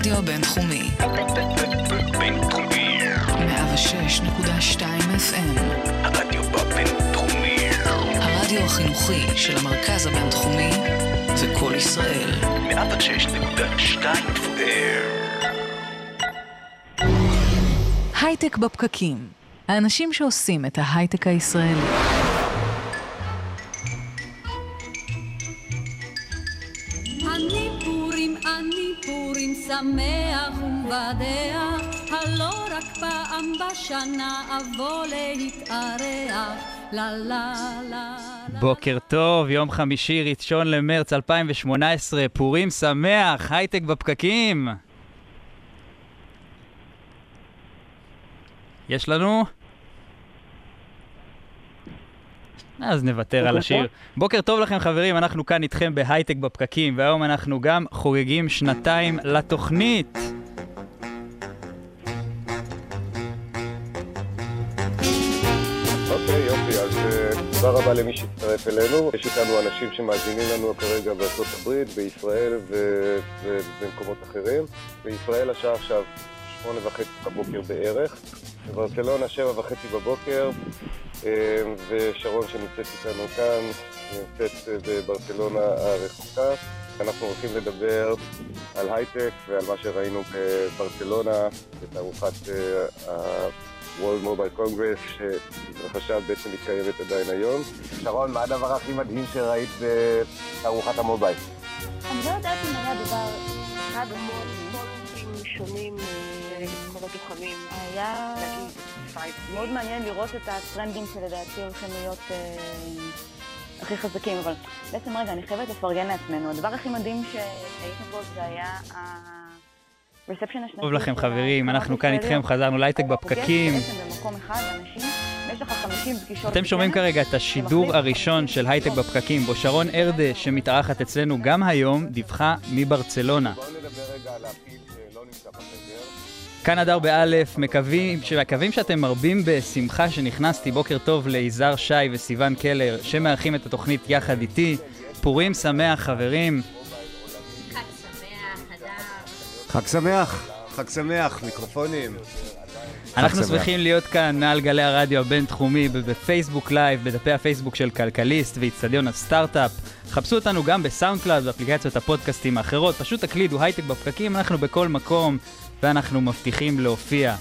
הרדיו הבינתחומי. בינתחומי. 106.2 FM. הרדיו הבינתחומי. הרדיו החינוכי של המרכז הבינתחומי וכל ישראל. 106.2 FM. הייטק בפקקים. האנשים שעושים את ההייטק הישראלי. אני פורים שמח ומבדח, הלא רק פעם בשנה אבוא להתארח. לה לה לה. בוקר טוב, יום חמישי, 1 למרץ 2018, פורים שמח, הייטק בפקקים. יש לנו? אז נוותר על השיר. בוקר טוב לכם חברים, אנחנו כאן איתכם בהייטק בפקקים, והיום אנחנו גם חוגגים 2 לתוכנית. אוקיי, יופי, אז תודה רבה למי שהצטרף אלינו. יש איתנו אנשים שמאזינים לנו כרגע בארצות הברית, בישראל ובמקומות אחרים. בישראל השעה עכשיו 8:30 בבוקר בערך, בברצלונה 7:30 בבוקר, ושרון שנמצאת איתנו כאן, נמצאת בברצלונה הרחוקה. אנחנו הולכים לדבר על הייטק ועל מה שראינו בברצלונה, בתערוכת ה-World Mobile Congress שהתרחשה בעצם מתקיימת עדיין היום. שרון, מה הדבר הכי מדהים שראית בתערוכת המובייל? אני לא יודעת אם היה דבר אחד מאוד שונים כל הדוכנים. היה מאוד מעניין לראות את הטרנדים שלדעתי הולכים להיות הכי חזקים, אבל בעצם רגע, אני חייבת לפרגן לעצמנו. הדבר הכי מדהים שהיינו בו זה היה הריספשן השנתי. טוב לכם חברים, אנחנו כאן איתכם, חזרנו להייטק בפקקים. במקום אחד, אנשים, יש לך 50 פגישות. אתם שומעים כרגע את השידור הראשון של הייטק בפקקים, בו שרון ארדה, שמתארחת אצלנו גם היום, דיווחה מברצלונה. בואו נדבר רגע על הפיל שלא נמצא בחדר. כאן אדר באלף, מקווים שאתם מרבים בשמחה שנכנסתי. בוקר טוב ליזהר שי וסיוון קלר שמארחים את התוכנית יחד איתי. פורים שמח חברים. חג שמח, אדר. חג שמח, חג שמח, מיקרופונים. אנחנו שמחים להיות כאן מעל גלי הרדיו הבינתחומי בפייסבוק לייב, בדפי הפייסבוק של כלכליסט ואיצטדיון הסטארט-אפ. חפשו אותנו גם בסאונד קלאוד ואפליקציות הפודקאסטים האחרות. פשוט תקלידו הייטק בפקקים, אנחנו בכל מקום ואנחנו מבטיחים להופיע.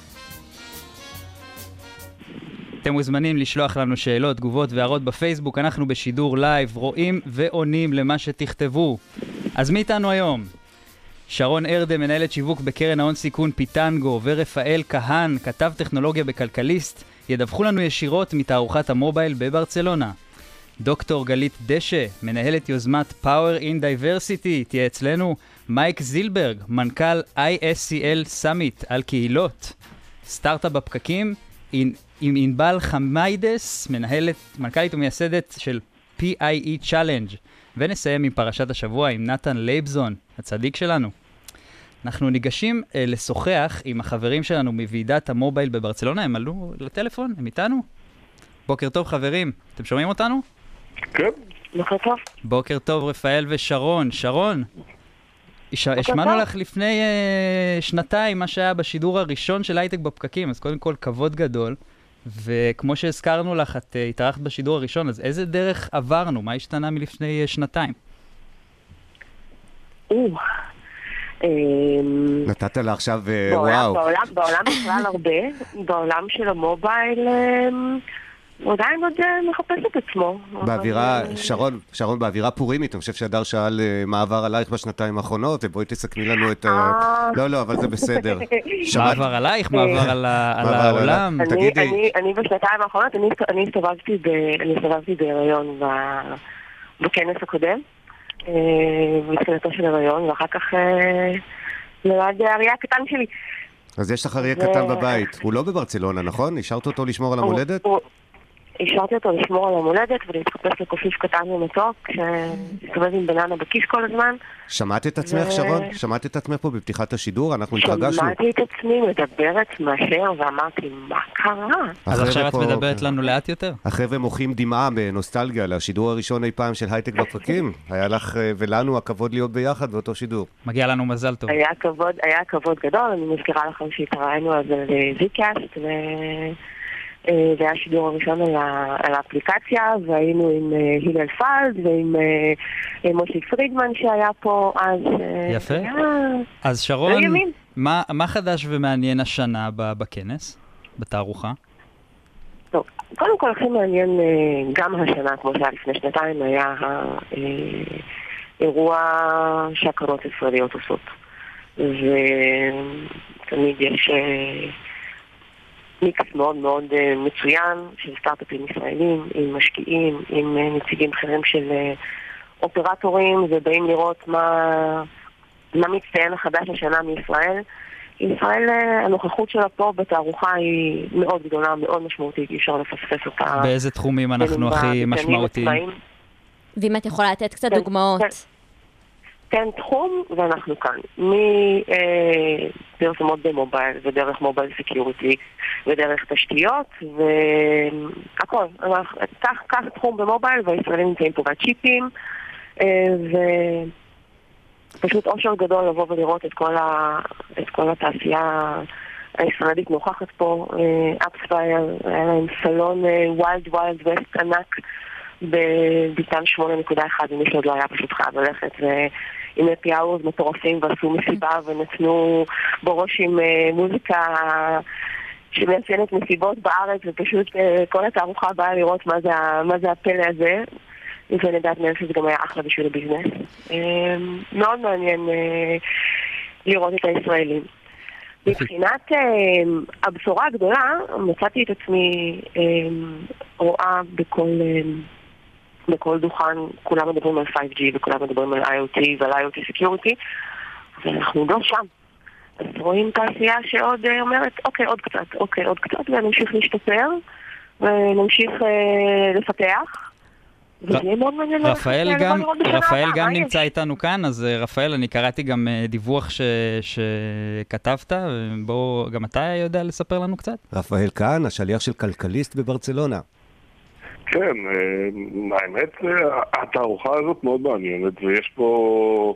אתם מוזמנים לשלוח לנו שאלות, תגובות והערות בפייסבוק. אנחנו בשידור לייב, רואים ועונים למה שתכתבו. אז מי איתנו היום? שרון ארדה, מנהלת שיווק בקרן ההון סיכון פיטנגו, ורפאל כהן, כתב טכנולוגיה בכלכליסט, ידווחו לנו ישירות מתערוכת המובייל בברצלונה. דוקטור גלית דשא, מנהלת יוזמת Power in Diversity, תהיה אצלנו. מייק זילברג, מנכ"ל ISCL Summit על קהילות. סטארט-אפ בפקקים, עם ענבל חמיידס, מנכ"לית ומייסדת של PIE Challenge. ונסיים עם פרשת השבוע עם נתן לייבזון, הצדיק שלנו. אנחנו ניגשים לשוחח עם החברים שלנו מוועידת המובייל בברצלונה. הם עלו לטלפון, הם איתנו. בוקר טוב חברים, אתם שומעים אותנו? כן. בוקר טוב. בוקר טוב רפאל ושרון. שרון, השמענו לך לפני 2 מה שהיה בשידור הראשון של הייטק בפקקים, אז קודם כל כבוד גדול. וכמו שהזכרנו לך, את התארחת בשידור הראשון, אז איזה דרך עברנו? מה השתנה מלפני 2? נתת לה עכשיו וואו. בעולם בכלל הרבה, בעולם של המובייל הוא עדיין עוד מחפש את עצמו. באווירה, שרון, באווירה פורימית, אני חושב שהדר שאל מה עבר עלייך בשנתיים האחרונות, ובואי תסכמי לנו את ה... לא, אבל זה בסדר. מה עבר עלייך? מה עבר על העולם? אני בשנתיים האחרונות, אני הסתובבתי בהיריון בכנס הקודם, בתחילתו של הריון, ואחר כך נולד האריה הקטן שלי. אז יש לך אריה קטן בבית. הוא לא בברצלונה, נכון? השארת אותו לשמור על המולדת? השארתי אותו לשמור על המולדת ולהתחפש לקופיף קטן ומתוק שסתובב עם בננה בכיס כל הזמן. שמעת את עצמך, שרון? שמעת את עצמך פה בפתיחת השידור? אנחנו התרגשנו. שמעתי את עצמי מדברת מאשר ואמרתי, מה קרה? אז עכשיו את מדברת לנו לאט יותר? החבר'ה מוחים דמעה בנוסטלגיה לשידור הראשון אי פעם של הייטק בפרקים. היה לך ולנו הכבוד להיות ביחד באותו שידור. מגיע לנו מזל טוב. היה כבוד גדול, אני מזכירה לכם שהתראינו אז על זיקאסט זה היה השידור הראשון על האפליקציה, והיינו עם הילל פלד ועם מושי פרידמן שהיה פה אז. יפה. אז שרון, מה חדש ומעניין השנה בכנס, בתערוכה? טוב, קודם כל הכי מעניין גם השנה, כמו שהיה לפני שנתיים, היה האירוע שהקרנות ישראליות עושות. ותמיד יש מיקס מאוד מאוד מצוין של סטארט-אפים ישראלים, עם משקיעים, עם נציגים אחרים של אופרטורים, ובאים לראות מה מצטיין החדש השנה מישראל. ישראל, הנוכחות שלה פה בתערוכה היא מאוד גדולה, מאוד משמעותית, אי אפשר לפספס אותה. באיזה תחומים אנחנו הכי משמעותיים? ואם את יכולה לתת קצת דוגמאות. תן תחום ואנחנו כאן. מפרסומות במובייל ודרך מובייל סקיוריטי ודרך תשתיות והכל. כך תחום במובייל והישראלים נמצאים פה בצ'יפים ופשוט אושר גדול לבוא ולראות את כל התעשייה הישראלית נוכחת פה. אפספייר, היה להם סלון ווילד וסט ענק בביתן 8.1 ומי שעוד לא היה פשוט חייב ללכת עם אפי אאורס מטורפים ועשו מסיבה ונתנו בראש עם מוזיקה שמייצנת מסיבות בארץ ופשוט כל התערוכה באה לראות מה זה הפלא הזה ונדעת מהם שזה גם היה אחלה בשביל הביזנס. מאוד מעניין לראות את הישראלים. מבחינת הבשורה הגדולה מצאתי את עצמי רואה בכל דוכן, כולם מדברים על 5G וכולם מדברים על IoT ועל IoT Security, ואנחנו לא שם. אז רואים תעשייה שעוד אומרת, אוקיי, עוד קצת, ונמשיך להשתפר, ונמשיך לפתח. רפאל גם נמצא איתנו כאן, אז רפאל, אני קראתי גם דיווח שכתבת, בואו, גם אתה יודע לספר לנו קצת? רפאל כאן, השליח של כלכליסט בברצלונה. כן, האמת, התערוכה הזאת מאוד מעניינת, ויש פה,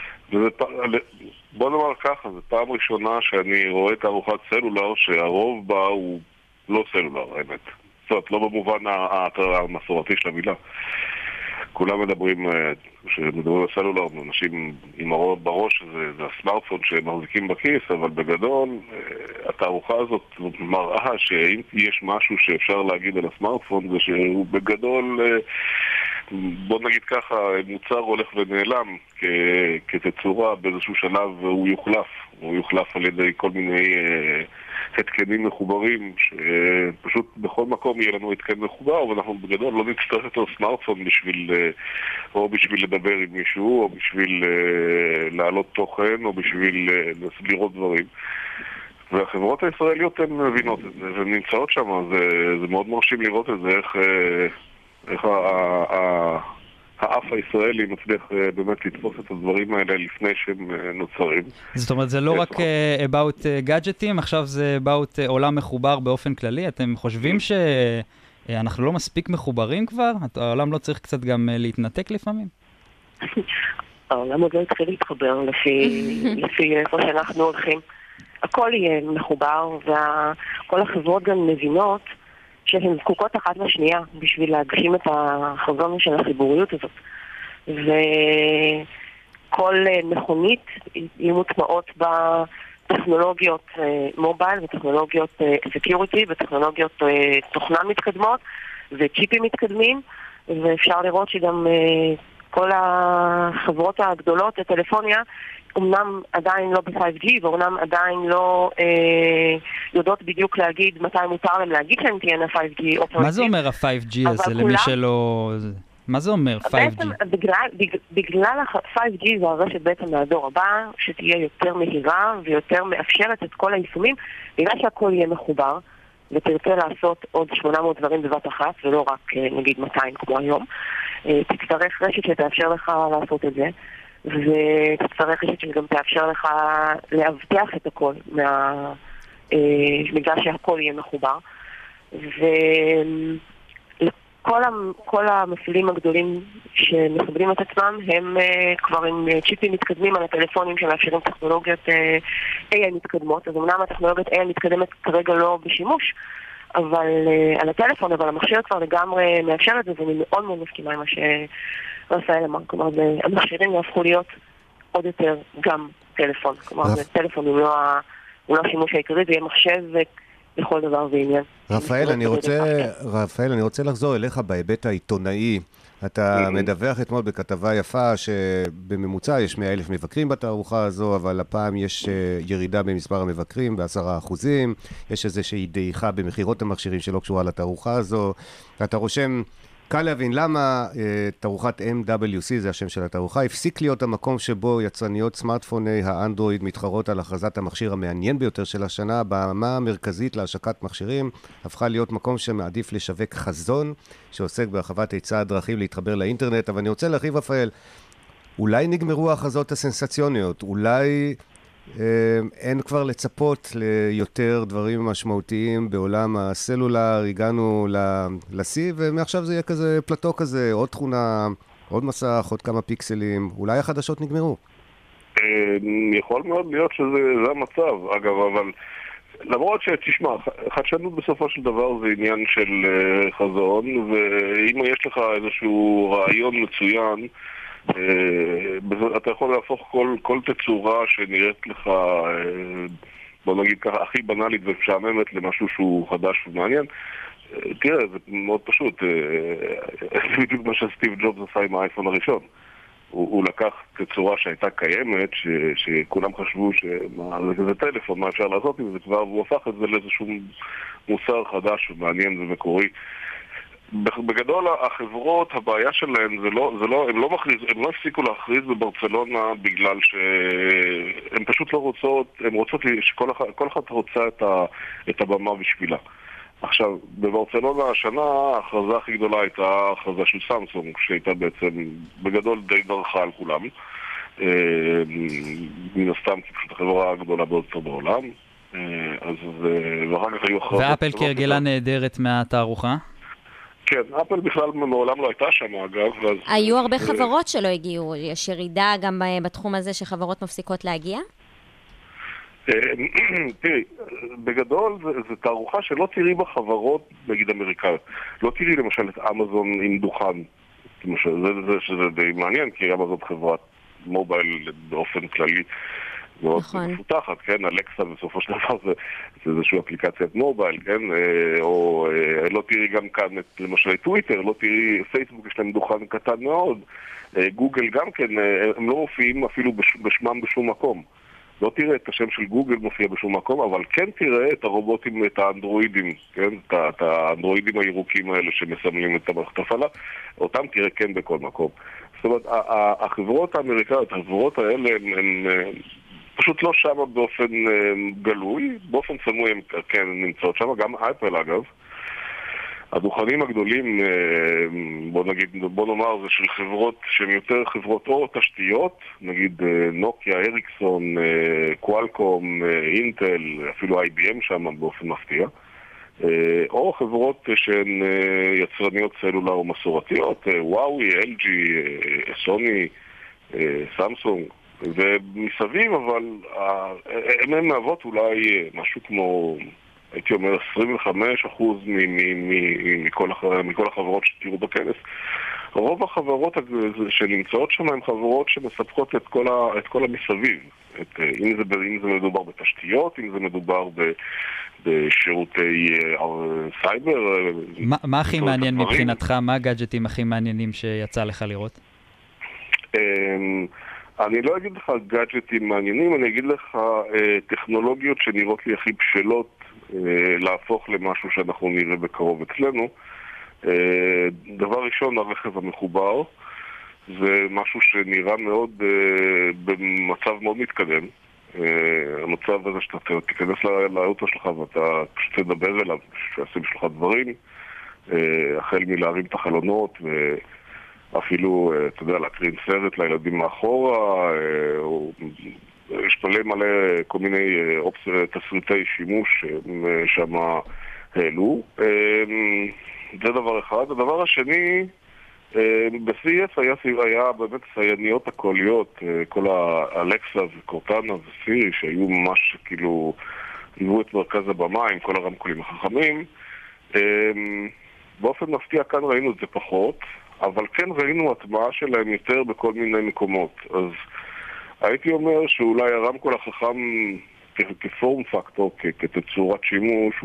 בוא נאמר ככה, זו פעם ראשונה שאני רואה תערוכת סלולר, שהרוב בה הוא לא סלולר, האמת. זאת אומרת, לא במובן המסורתי של המילה. כולם מדברים, כשמדברים על סלולר, אנשים עם הרוב בראש, זה הסמארטפון שהם מחזיקים בכיס, אבל בגדול, התערוכה הזאת מראה שאם יש משהו שאפשר להגיד על הסמארטפון, זה שהוא בגדול, בוא נגיד ככה, מוצר הולך ונעלם כתצורה באיזשהו שלב, הוא יוחלף על ידי כל מיני התקנים מחוברים, שפשוט בכל מקום יהיה לנו התקן מחובר, ואנחנו בגדול לא נצטרך יותר סמארטפון או בשביל לדבר עם מישהו, או בשביל להעלות תוכן, או בשביל לראות דברים. והחברות הישראליות הן מבינות את זה, והן נמצאות שם, זה מאוד מרשים לראות את זה, איך האף הישראלי מצליח באמת לתפוס את הדברים האלה לפני שהם נוצרים. זאת אומרת, זה לא רק about gadgeting, עכשיו זה about עולם מחובר באופן כללי. אתם חושבים שאנחנו לא מספיק מחוברים כבר? העולם לא צריך קצת גם להתנתק לפעמים? העולם עוד לא התחיל להתחבר לפי איפה שאנחנו הולכים. הכל יהיה מחובר, וכל החברות גם מבינות שהן זקוקות אחת לשנייה בשביל להגשים את החזון של החיבוריות הזאת. וכל מכונית יהיו מוטמעות בטכנולוגיות מובייל וטכנולוגיות סקיוריטי וטכנולוגיות תוכנה מתקדמות וצ'יפים מתקדמים, ואפשר לראות שגם כל החברות הגדולות לטלפוניה אומנם עדיין לא ב-5G, ואומנם עדיין לא יודעות בדיוק להגיד מתי מותר להם להגיד שהם תהיינה 5G אופרטיב. מה זה אומר ה-5G הזה למי שלא... מה זה אומר 5G? בעצם בגלל ה-5G זה הרשת בעצם מהדור הבא, שתהיה יותר מהירה ויותר מאפשרת את כל היישומים, בגלל שהכל יהיה מחובר, ותרצה לעשות עוד 800 דברים בבת אחת, ולא רק נגיד 200 כמו היום, תצטרך רשת שתאפשר לך לעשות את זה, ותצטרך רשת שגם תאפשר לך להבטיח את הכל, בגלל שהכל יהיה מחובר. כל המפעילים הגדולים שמכבדים את עצמם הם כבר עם צ'יפים מתקדמים על הטלפונים שמאפשרים טכנולוגיות AI מתקדמות. אז אמנם הטכנולוגיות AI מתקדמת כרגע לא בשימוש אבל על הטלפון, אבל המכשיר כבר לגמרי מאפשר את זה, ואני מאוד מאוד מסכימה עם מה שרפאל אמר. כלומר, המכשירים יהפכו להיות עוד יותר גם טלפון. כלומר, טלפון הוא לא השימוש העיקרי, זה יהיה מחשב לכל דבר ועניין. רפאל, אני רוצה לחזור אליך בהיבט העיתונאי. אתה מדווח אתמול בכתבה יפה שבממוצע יש 100,000 מבקרים בתערוכה הזו, אבל הפעם יש ירידה במספר המבקרים ב10%. יש איזושהי דעיכה במחירות המכשירים שלא קשורה לתערוכה הזו. אתה רושם, קל להבין למה תערוכת MWC, זה השם של התערוכה, הפסיק להיות המקום שבו יצרניות סמארטפוני האנדרואיד מתחרות על הכרזת המכשיר המעניין ביותר של השנה. הבמה המרכזית להשקת מכשירים הפכה להיות מקום שמעדיף לשווק חזון, שעוסק בהרחבת היצע הדרכים להתחבר לאינטרנט. אבל אני רוצה להרחיב, רפאל, אולי נגמרו ההכרזות הסנסציוניות, אולי אין כבר לצפות ליותר דברים משמעותיים בעולם הסלולר, הגענו לשיא, ומעכשיו זה יהיה כזה פלטו כזה, עוד תכונה, עוד מסך, עוד כמה פיקסלים, אולי החדשות נגמרו. יכול מאוד להיות שזה המצב, אגב, אבל למרות שתשמע, חדשנות בסופו של דבר זה עניין של חזון, ואם יש לך איזשהו רעיון מצוין, אתה יכול להפוך כל תצורה שנראית לך, בוא נגיד ככה, הכי בנאלית ומשעממת למשהו שהוא חדש ומעניין. תראה, זה מאוד פשוט. זה בדיוק מה שסטיב ג'ובס עשה עם האייפון הראשון. הוא לקח תצורה שהייתה קיימת, שכולם חשבו שזה טלפון, מה אפשר לעשות עם זה כבר, והוא הפך את זה לאיזשהו מוסר חדש ומעניין ומקורי. בגדול החברות, הבעיה שלהן הם לא הפסיקו להכריז בברצלונה בגלל שהן פשוט לא רוצות, הן רוצות שכל אחת רוצה את הבמה בשבילה. עכשיו, בברצלונה השנה ההכרזה הכי גדולה הייתה ההכרזה של סמסונג, שהייתה בעצם בגדול די דרכה על כולם. מן הסתם כי פשוט החברה הגדולה ביותר בעולם. אז ואחר כך היו הכרזות. ואפל כהרגלה נהדרת מהתערוכה? כן, אפל בכלל מעולם לא הייתה שם, אגב. היו הרבה חברות שלא הגיעו. יש ירידה גם בתחום הזה שחברות מפסיקות להגיע? תראי, בגדול זה תערוכה שלא תראי בחברות, נגיד אמריקאיות. לא תראי למשל את אמזון עם דוכן. זה די מעניין, כי אמזון חברת מובייל באופן כללי מאוד מפותחת, כן? אלקסה בסופו של דבר זה איזושהי אפליקציית מובייל, כן? או לא תראי גם כאן למשל טוויטר, לא תראי פייסבוק, יש להם דוכן קטן מאוד, גוגל גם כן, הם לא מופיעים אפילו בשמם בשום מקום. לא תראה את השם של גוגל מופיע בשום מקום, אבל כן תראה את הרובוטים, את האנדרואידים, כן? את האנדרואידים הירוקים האלה שמסמלים את המערכת הפעלה, אותם תראה כן בכל מקום. זאת אומרת, החברות האמריקאיות, החברות האלה הן פשוט לא שם באופן גלוי, באופן סמוי הם כן נמצאות שם, גם אפל אגב. הדוכנים הגדולים, בוא נאמר, זה של חברות שהן יותר חברות או תשתיות, נגיד נוקיה, אריקסון, קואלקום, אינטל, אפילו IBM שם באופן מפתיע, או חברות שהן יצרניות סלולר או מסורתיות, וואוי, LG, סוני, סמסונג, ומסביב, אבל הן מהוות אולי משהו כמו, הייתי אומר, 25% מכל החברות שתראו בכנס. רוב החברות שנמצאות שם הן חברות שמספקות את כל המסביב. אם זה מדובר בתשתיות, אם זה מדובר בשירותי סייבר. מה הכי מעניין מבחינתך? מה הגאדג'טים הכי מעניינים שיצא לך לראות? אני לא אגיד לך גאדג'טים מעניינים, אני אגיד לך טכנולוגיות שנראות לי הכי בשלות להפוך למשהו שאנחנו נראה בקרוב אצלנו. דבר ראשון, הרכב המחובר, זה משהו שנראה מאוד במצב מאוד מתקדם. המצב הזה שאתה תיכנס לאוטו שלך ואתה פשוט תדבר אליו, שיעשה בשבילך דברים, החל מלהרים את החלונות ואפילו, אתה יודע, להקרין סרט לילדים מאחורה, יש מלא כל מיני תסריטי שימוש שם העלו. זה דבר אחד. הדבר השני, ב-CES היה באמת סייניות הקוליות, כל האלקסה וקורטנה וסירי שהיו ממש כאילו היוו את מרכז הבמה עם כל הרמקולים החכמים. באופן מפתיע כאן ראינו את זה פחות, אבל כן ראינו הטמעה שלהם יותר בכל מיני מקומות. אז הייתי אומר שאולי הרמקול החכם כפורם פקטור, כתצורת שימוש,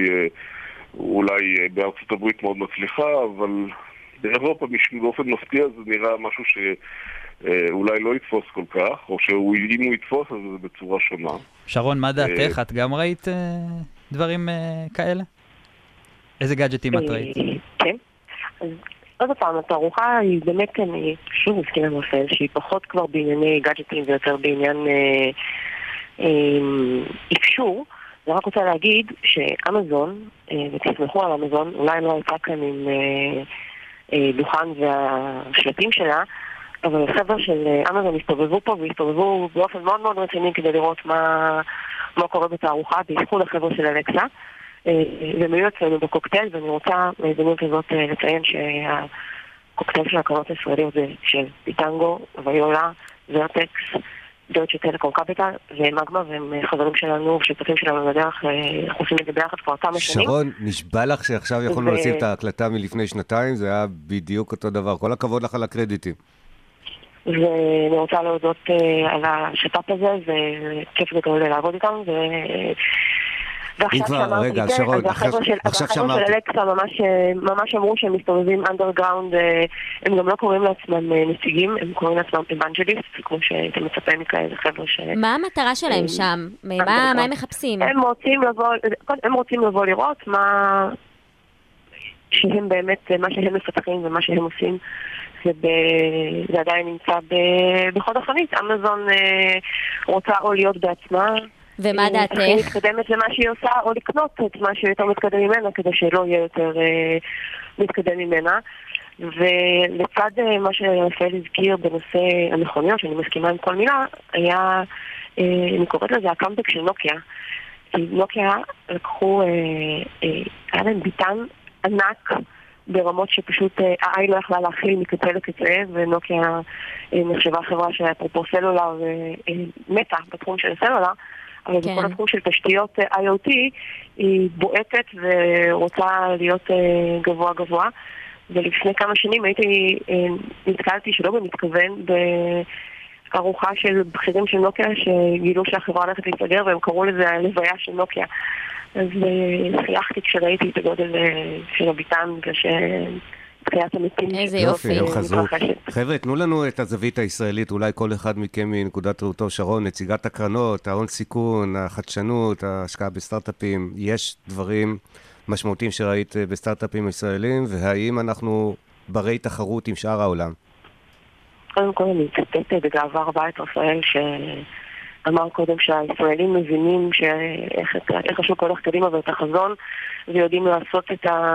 אולי בארצות הברית מאוד מצליחה, אבל באירופה באופן מפתיע זה נראה משהו שאולי לא יתפוס כל כך, או שאם הוא יתפוס אז זה בצורה שונה. שרון, מה דעתך? את גם ראית דברים כאלה? איזה גאדג'טים את ראית? כן. אז עוד פעם, התערוכה היא באמת, אני שוב מסכים עם רפאל, שהיא פחות כבר בענייני גאדג'טים ויותר בעניין אפשור. אני רק רוצה להגיד שאמזון, ותסמכו על אמזון, אולי לא הייתה כאן עם דוכן והשלטים שלה, אבל החבר'ה של אמזון הסתובבו פה והסתובבו באופן מאוד מאוד רציני כדי לראות מה קורה בתערוכה, בייחוד החבר'ה של אלקסה. והם היו אצלנו בקוקטייל, ואני רוצה בהזדמנות הזאת לציין שהקוקטייל של הקרנות הישראליות זה של פיטנגו, ויולה, ורטקס, דויטשה טלקום קפיטל ומגמה, והם חברים שלנו ושותפים שלנו בדרך, אנחנו עושים את זה ביחד כבר כמה שנים. שרון, נשבע לך שעכשיו יכולנו לשים את ההקלטה מלפני שנתיים, זה היה בדיוק אותו דבר. כל הכבוד לך על הקרדיטים. ואני רוצה להודות על השת"פ הזה, זה כיף גדול לעבוד איתם, ועכשיו שאמרתי את זה, אז החבר'ה של אלקסה ממש אמרו שהם מסתובבים אנדרגראונד, הם גם לא קוראים לעצמם נציגים, הם קוראים לעצמם אבנג'ליסט, כמו שאתם מצפה מכאלה חבר'ה ש... מה המטרה שלהם שם? מה הם מחפשים? הם רוצים לבוא לראות מה שהם באמת, מה שהם מפתחים ומה שהם עושים, זה עדיין נמצא בחוד החנית. אמזון רוצה או להיות בעצמה, ומה דעתך? היא מתקדמת למה שהיא עושה, או לקנות את מה שיותר מתקדם ממנה, כדי שלא יהיה יותר מתקדם ממנה. ולצד מה שרפאל הזכיר בנושא המכוניות, שאני מסכימה עם כל מילה, היה, אני קוראת לזה הקאמבק של נוקיה. כי נוקיה לקחו, היה להם ביטן ענק, ברמות שפשוט העין לא יכלה להכיל מקצה לקצה, ונוקיה נחשבה חברה שאפרופו סלולר מתה בתחום של סלולר, אבל בכל התחום של תשתיות IoT היא בועטת ורוצה להיות גבוה גבוה. ולפני כמה שנים נתקלתי שלא במתכוון בארוחה של בכירים של נוקיה שגילו שהחברה הולכת להיסגר, והם קראו לזה הלוויה של נוקיה. אז חייכתי כשראיתי את הגודל של הביטן ושתחיית המתים. איזה יופי. הם חזרו. חבר'ה, תנו לנו את הזווית הישראלית, אולי כל אחד מכם מנקודת ראותו. שרון, נציגת הקרנות, ההון סיכון, החדשנות, ההשקעה בסטארט-אפים. יש דברים משמעותיים שראית בסטארט-אפים ישראלים, והאם אנחנו ברי תחרות עם שאר העולם? קודם כל אני אצטט בגאווה רבה את רפאל שאמר קודם שהישראלים מבינים איך השוק הולך קדימה ואת החזון, ויודעים לעשות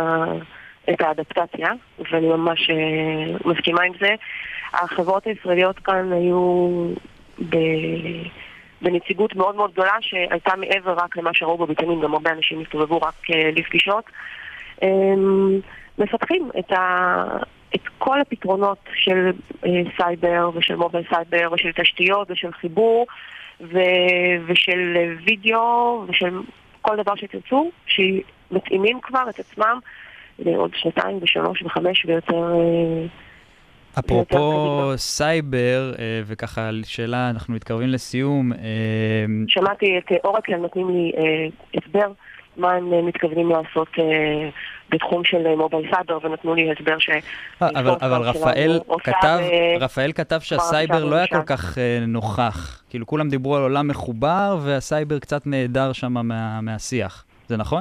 את האדפטציה, ואני ממש מסכימה עם זה. החברות הישראליות כאן היו בנציגות מאוד מאוד גדולה שהייתה מעבר רק למה שראו בביטנים, גם הרבה אנשים הסתובבו רק לפגישות. מפתחים את כל הפתרונות של סייבר ושל מובייל סייבר ושל תשתיות ושל חיבור ושל וידאו ושל כל דבר שתרצו, שמתאימים כבר את עצמם לעוד 2 ו3 ו5 ויותר. אפרופו סייבר, וככה שאלה, אנחנו מתקרבים לסיום. שמעתי את אורקל נותנים לי הסבר מה הם מתכוונים לעשות בתחום של מובייל סייבר, ונתנו לי הסבר ש... אבל רפאל כתב שהסייבר לא היה כל כך נוכח. כאילו כולם דיברו על עולם מחובר, והסייבר קצת נהדר שם מהשיח. זה נכון?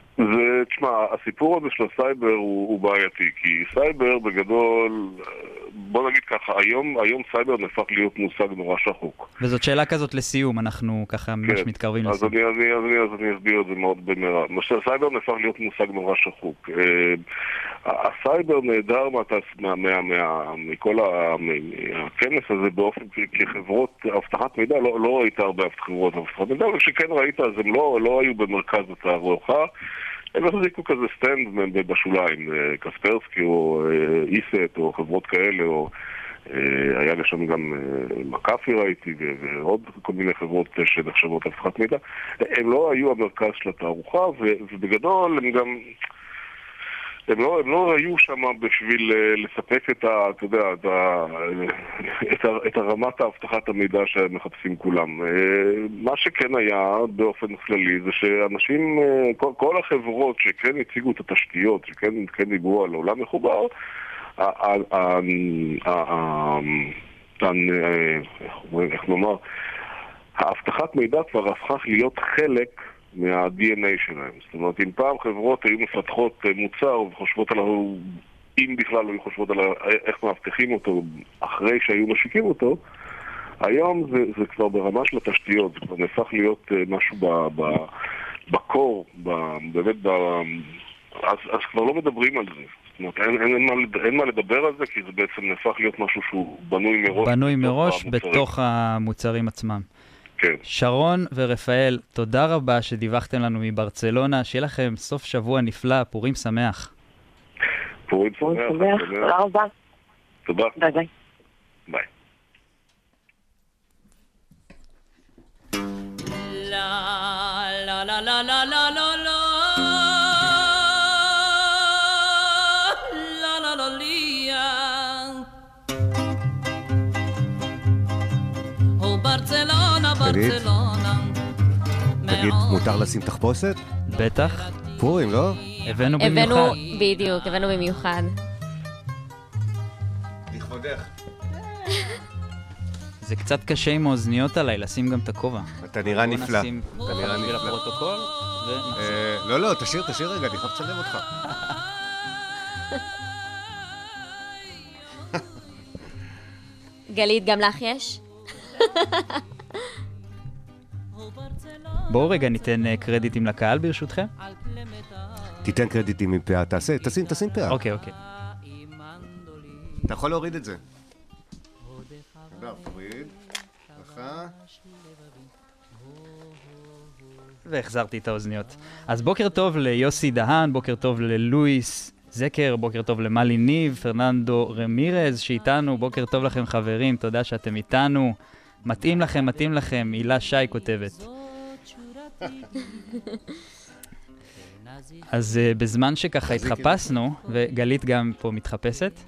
תשמע, הסיפור הזה של הסייבר הוא בעייתי, כי סייבר בגדול, בוא נגיד ככה, היום סייבר נהפך להיות מושג נורא שחוק. וזאת שאלה כזאת לסיום, אנחנו ככה ממש מתקרבים לסיום. אז אני אסביר את זה מאוד במהרה. סייבר נהפך להיות מושג נורא שחוק. הסייבר נהדר מכל הכנס הזה באופן, כחברות אבטחת מידע, לא ראית הרבה חברות אבטחת מידע, אבל כשכן ראית, אז הם לא היו במרכז התערוכה. הם החזיקו כזה סטנד בשוליים, קספרסקי או איסט או חברות כאלה, או היה לשם גם מקאפי ראיתי ועוד כל מיני חברות שנחשבות אבטחת מידע. הם לא היו המרכז של התערוכה, ובגדול הם גם... הם לא היו שם בשביל לספק את הרמת האבטחת המידע שמחפשים כולם. מה שכן היה באופן כללי זה שאנשים, כל החברות שכן הציגו את התשתיות, שכן דיברו על עולם מחובר, איך נאמר, האבטחת מידע כבר הפכה להיות חלק מה-DNA שלהם. זאת אומרת, אם פעם חברות היו מפתחות מוצר וחושבות עליו, אם בכלל לא היו חושבות על איך מאבטחים אותו אחרי שהיו משיקים אותו, היום זה כבר ברמה של התשתיות, זה כבר נהפך להיות משהו בקור, באמת אז כבר לא מדברים על זה. זאת אומרת, אין מה לדבר על זה, כי זה בעצם נהפך להיות משהו שהוא בנוי מראש בתוך המוצרים עצמם. כן. שרון ורפאל, תודה רבה שדיווחתם לנו מברצלונה, שיהיה לכם סוף שבוע נפלא, פורים שמח. פורים שמח. תודה רבה. תודה. ביי ביי. ביי. La la la la la la la la la la lia Oh Barcelona Barcelona תגיד, מותר לשים תחפושת? בטח. פורים, לא? הבאנו במיוחד. בדיוק, הבאנו במיוחד. לכבודך. זה קצת קשה עם האוזניות עליי, לשים גם את הכובע. אתה נראה נפלא. אתה נראה נפלא. לפרוטוקול. לא, תשאיר רגע, אני חייב לצלם אותך. גלית, גם לך יש? בואו רגע ניתן קרדיטים לקהל ברשותכם. תיתן קרדיטים עם פאה, תשים פאה. אוקיי. אתה יכול להוריד את זה. תוריד. ככה. והחזרתי את האוזניות. אז בוקר טוב ליוסי דהן, בוקר טוב ללואיס זקר, בוקר טוב למלי ניב, פרננדו רמירז שאיתנו, בוקר טוב לכם חברים, תודה שאתם איתנו. מתאים לכם, הילה שי כותבת. אז בזמן שככה התחפשנו, וגלית גם פה מתחפשת,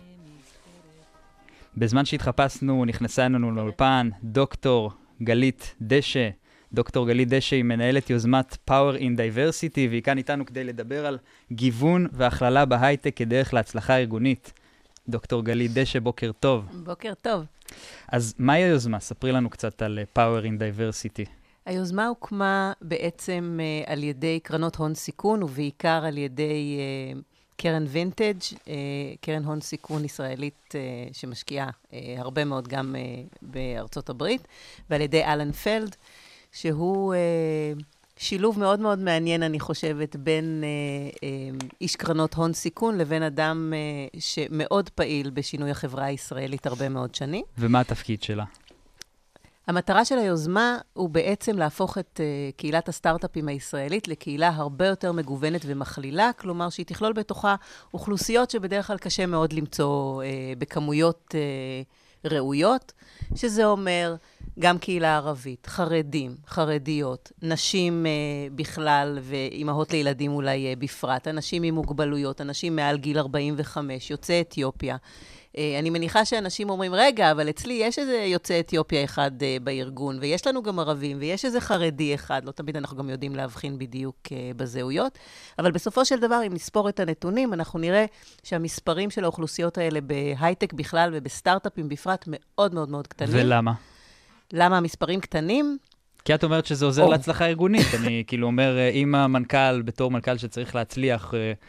בזמן שהתחפשנו נכנסה לנו לאולפן דוקטור גלית דשא. דוקטור גלית דשא היא מנהלת יוזמת Power in Diversity, והיא כאן איתנו כדי לדבר על גיוון והכללה בהייטק כדרך להצלחה ארגונית. דוקטור גלית דשא, בוקר טוב. בוקר טוב. אז מהי היוזמה? ספרי לנו קצת על Power in Diversity. היוזמה הוקמה בעצם על ידי קרנות הון סיכון, ובעיקר על ידי קרן וינטג', קרן הון סיכון ישראלית שמשקיעה הרבה מאוד גם בארצות הברית, ועל ידי אלן פלד, שהוא שילוב מאוד מאוד מעניין, אני חושבת, בין איש קרנות הון סיכון לבין אדם שמאוד פעיל בשינוי החברה הישראלית הרבה מאוד שנים. ומה התפקיד שלה? המטרה של היוזמה הוא בעצם להפוך את קהילת הסטארט-אפים הישראלית לקהילה הרבה יותר מגוונת ומכלילה, כלומר שהיא תכלול בתוכה אוכלוסיות שבדרך כלל קשה מאוד למצוא בכמויות ראויות, שזה אומר גם קהילה ערבית, חרדים, חרדיות, נשים בכלל ואימהות לילדים אולי בפרט, אנשים עם מוגבלויות, אנשים מעל גיל 45, יוצאי אתיופיה. אני מניחה שאנשים אומרים, רגע, אבל אצלי יש איזה יוצא אתיופיה אחד בארגון, ויש לנו גם ערבים, ויש איזה חרדי אחד, לא תמיד אנחנו גם יודעים להבחין בדיוק בזהויות, אבל בסופו של דבר, אם נספור את הנתונים, אנחנו נראה שהמספרים של האוכלוסיות האלה בהייטק בכלל ובסטארט-אפים בפרט מאוד מאוד מאוד קטנים. ולמה? למה המספרים קטנים? כי את אומרת שזה עוזר להצלחה ארגונית. אני כאילו אומר, אם המנכ"ל, בתור מנכ"ל שצריך להצליח,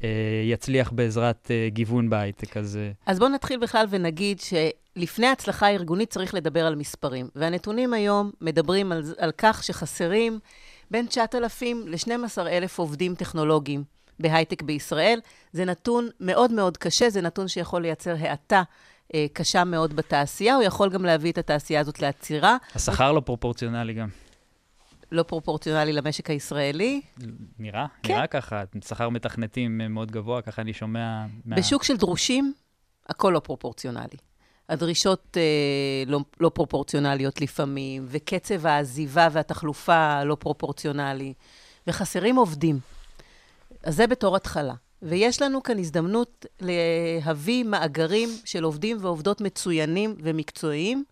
יצליח בעזרת גיוון בהייטק. אז בואו נתחיל בכלל ונגיד שלפני הצלחה הארגונית צריך לדבר על מספרים. והנתונים היום מדברים על כך שחסרים בין 9,000 ל-12,000 עובדים טכנולוגיים בהייטק בישראל. זה נתון מאוד מאוד קשה, זה נתון שיכול לייצר האטה קשה מאוד בתעשייה, הוא יכול גם להביא את התעשייה הזאת לעצירה. השכר לא פרופורציונלי גם. לא פרופורציונלי למשק הישראלי? נראה ככה. שכר מתכנתים מאוד גבוה, ככה אני שומע... בשוק של דרושים, הכל לא פרופורציונלי. הדרישות לא פרופורציונליות לפעמים, וקצב העזיבה והתחלופה לא פרופורציונלי, וחסרים עובדים. אז זה בתור התחלה. ויש לנו כאן הזדמנות להביא מאגרים של עובדים ועובדות מצוינים ומקצועיים,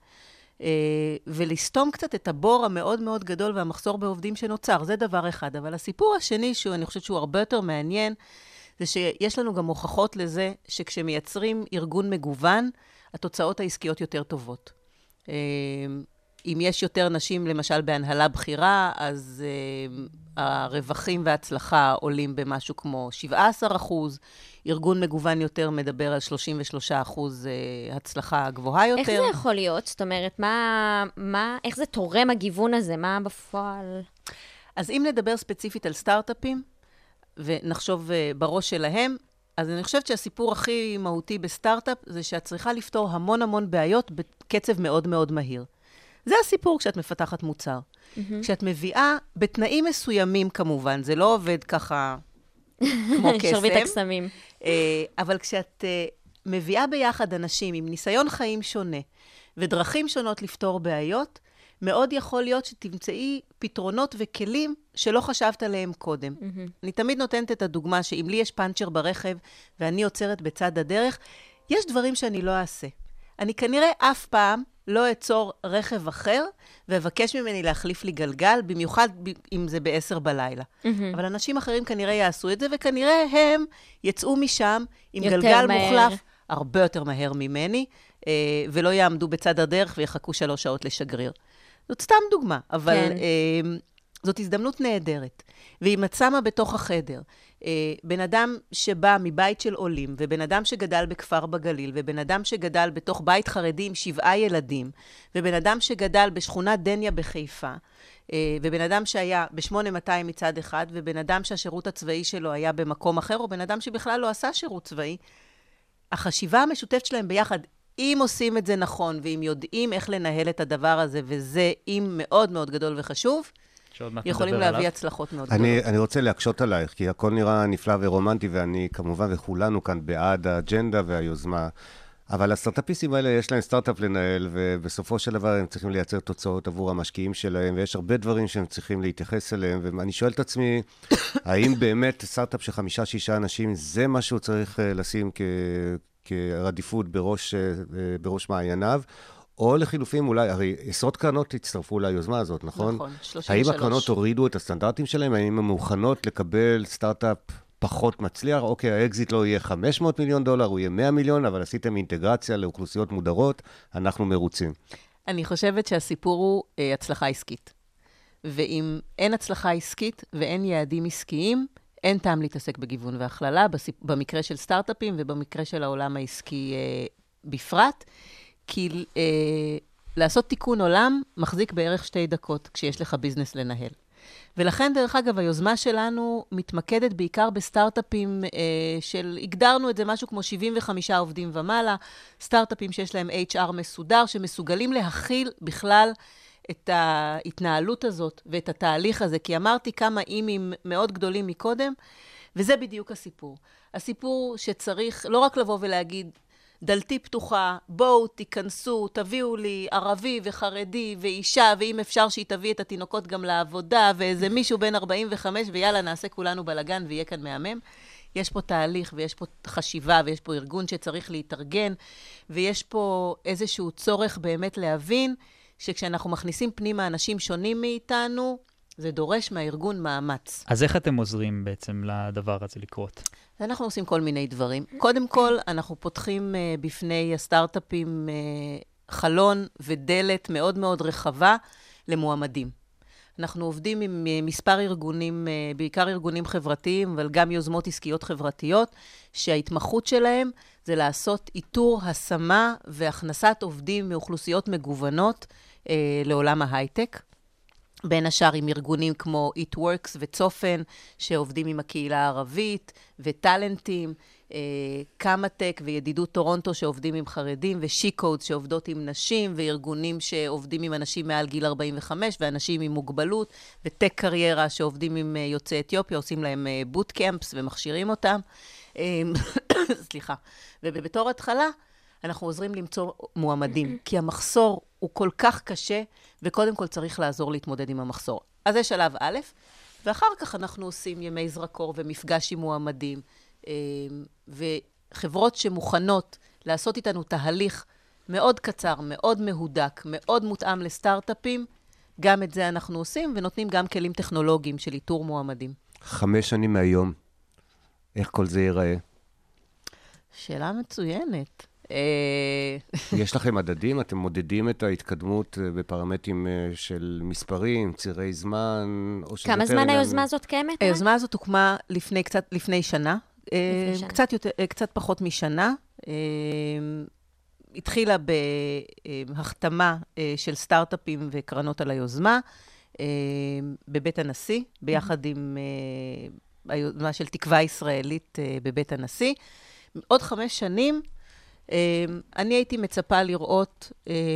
ולסתום קצת את הבור המאוד מאוד גדול והמחסור בעובדים שנוצר. זה דבר אחד. אבל הסיפור השני, שאני חושבת שהוא הרבה יותר מעניין, זה שיש לנו גם הוכחות לזה שכשמייצרים ארגון מגוון, התוצאות העסקיות יותר טובות. אם יש יותר נשים, למשל בהנהלה בחירה, אז הרווחים וההצלחה עולים במשהו כמו 17%. ארגון מגוון יותר מדבר על 33% הצלחה גבוהה יותר. איך זה יכול להיות? זאת אומרת, איך זה תורם הגיוון הזה? מה בפועל? אז אם נדבר ספציפית על סטארט-אפים, ונחשוב בראש שלהם, אז אני חושבת שהסיפור הכי מהותי בסטארט-אפ, זה שאת צריכה לפתור המון המון בעיות בקצב מאוד מאוד מהיר. זה הסיפור כשאת מפתחת מוצר. כשאת מביאה, בתנאים מסוימים כמובן, זה לא עובד ככה כמו קסם. שרבית הקסמים. אבל כשאת מביאה ביחד אנשים עם ניסיון חיים שונה, ודרכים שונות לפתור בעיות, מאוד יכול להיות שתמצאי פתרונות וכלים שלא חשבת עליהם קודם. אני תמיד נותנת את הדוגמה שאם לי יש פאנצ'ר ברכב, ואני עוצרת בצד הדרך, יש דברים שאני לא אעשה. אני כנראה אף פעם לא אצור רכב אחר, ואבקש ממני להחליף לי גלגל, במיוחד אם זה ב-10 בלילה. אבל אנשים אחרים כנראה יעשו את זה, וכנראה הם יצאו משם עם גלגל מוחלף הרבה יותר מהר ממני, ולא יעמדו בצד הדרך ויחכו 3 שעות לשגריר. זאת סתם דוגמה, אבל זאת הזדמנות נהדרת. ואם את שמה בתוך החדר, בן אדם שבא מבית של עולים, ובן אדם שגדל בכפר בגליל, ובן אדם שגדל בתוך בית חרדי עם 7 ילדים, ובן אדם שגדל בשכונת דניה בחיפה, ובן אדם שהיה ב-8200 מצד אחד, ובן אדם שהשירות הצבאי שלו היה במקום אחר, או בן אדם שבכלל לא עשה שירות צבאי, החשיבה המשותפת שלהם ביחד, אם עושים את זה נכון, ואם יודעים איך לנהל את הדבר הזה, וזה אם מאוד מאוד גדול וחשוב, יכולים להביא הצלחות מאוד גדולות. אני רוצה להקשות עלייך, כי הכל נראה נפלא ורומנטי, ואני כמובן וכולנו כאן בעד האג'נדה והיוזמה, אבל הסטארט-אפיסטים האלה יש להם סטארט-אפ לנהל, ובסופו של דבר הם צריכים לייצר תוצאות עבור המשקיעים שלהם, ויש הרבה דברים שהם צריכים להתייחס אליהם, ואני שואל את עצמי, האם באמת סטארט-אפ של 5-6 אנשים, זה מה שהוא צריך לשים כרדיפות בראש מעייניו, או לחילופים אולי, הרי עשרות קרנות הצטרפו ליוזמה הזאת, נכון? נכון, 33. האם הקרנות הורידו את הסטנדרטים שלהם? האם הן מוכנות לקבל סטארט-אפ פחות מצליח? אוקיי, האקזיט לא יהיה $500 מיליון, הוא יהיה 100 מיליון, אבל עשיתם אינטגרציה לאוכלוסיות מודרות, אנחנו מרוצים. אני חושבת שהסיפור הוא הצלחה עסקית. ואם אין הצלחה עסקית ואין יעדים עסקיים, אין טעם להתעסק בגיוון והכללה, במקרה של סטארט-אפים ובמקרה של העולם העסקי בפרט, כי לעשות תיקון עולם מחזיק בערך 2 דקות כשיש לך ביזנס לנהל. ולכן, דרך אגב, היוזמה שלנו מתמקדת בעיקר בסטארט-אפים הגדרנו את זה משהו כמו 75 עובדים ומעלה, סטארט-אפים שיש להם HR מסודר, שמסוגלים להכיל בכלל את ההתנהלות הזאת ואת התהליך הזה, כי אמרתי כמה אימים מאוד גדולים מקודם, וזה בדיוק הסיפור. הסיפור שצריך לא רק לבוא ולהגיד, דלתי פתוחה, בואו, תיכנסו, תביאו לי ערבי וחרדי ואישה, ואם אפשר שהיא תביא את התינוקות גם לעבודה, ואיזה מישהו בין 45, ויאללה, נעשה כולנו בלגן ויהיה כאן מהמם. יש פה תהליך, ויש פה חשיבה, ויש פה ארגון שצריך להתארגן, ויש פה איזשהו צורך באמת להבין, שכשאנחנו מכניסים פנימה אנשים שונים מאיתנו, זה דורש מהארגון מאמץ. אז איך אתם עוזרים בעצם לדבר הזה לקרות? אנחנו עושים כל מיני דברים. קודם כל, אנחנו פותחים בפני הסטארט-אפים חלון ודלת מאוד מאוד רחבה למועמדים. אנחנו עובדים עם מספר ארגונים, בעיקר ארגונים חברתיים, אבל גם יוזמות עסקיות חברתיות, שההתמחות שלהם זה לעשות איתור, השמה והכנסת עובדים מאוכלוסיות מגוונות לעולם ההייטק. בין השאר עם ארגונים כמו It Works וצופן, שעובדים עם הקהילה הערבית, וטלנטים, קמאטק וידידות טורונטו שעובדים עם חרדים, ושיקוד שעובדות עם נשים, וארגונים שעובדים עם אנשים מעל גיל 45, ואנשים עם מוגבלות, וטק קריירה שעובדים עם יוצאי אתיופיה, עושים להם בוט קמפס ומכשירים אותם. סליחה. ובתור התחלה, אנחנו עוזרים למצוא מועמדים, כי המחסור הוא כל כך קשה, וקודם כל צריך לעזור להתמודד עם המחסור. אז זה שלב א', ואחר כך אנחנו עושים ימי זרקור ומפגש עם מועמדים, וחברות שמוכנות לעשות איתנו תהליך מאוד קצר, מאוד מהודק, מאוד מותאם לסטארט-אפים, גם את זה אנחנו עושים, ונותנים גם כלים טכנולוגיים של איתור מועמדים. 5 שנים מהיום, איך כל זה ייראה? שאלה מצוינת. יש לכם מדדים? אתם מודדים את ההתקדמות בפרמטרים של מספרים, צירי זמן? כמה זמן היוזמה הזאת קיימת? היוזמה הזאת הוקמה לפני שנה. קצת פחות משנה. התחילה בהחתמה של סטארט-אפים וקרנות על היוזמה, בבית הנשיא, ביחד עם היוזמה של תקווה ישראלית בבית הנשיא. עוד 5 שנים, אני הייתי מצפה לראות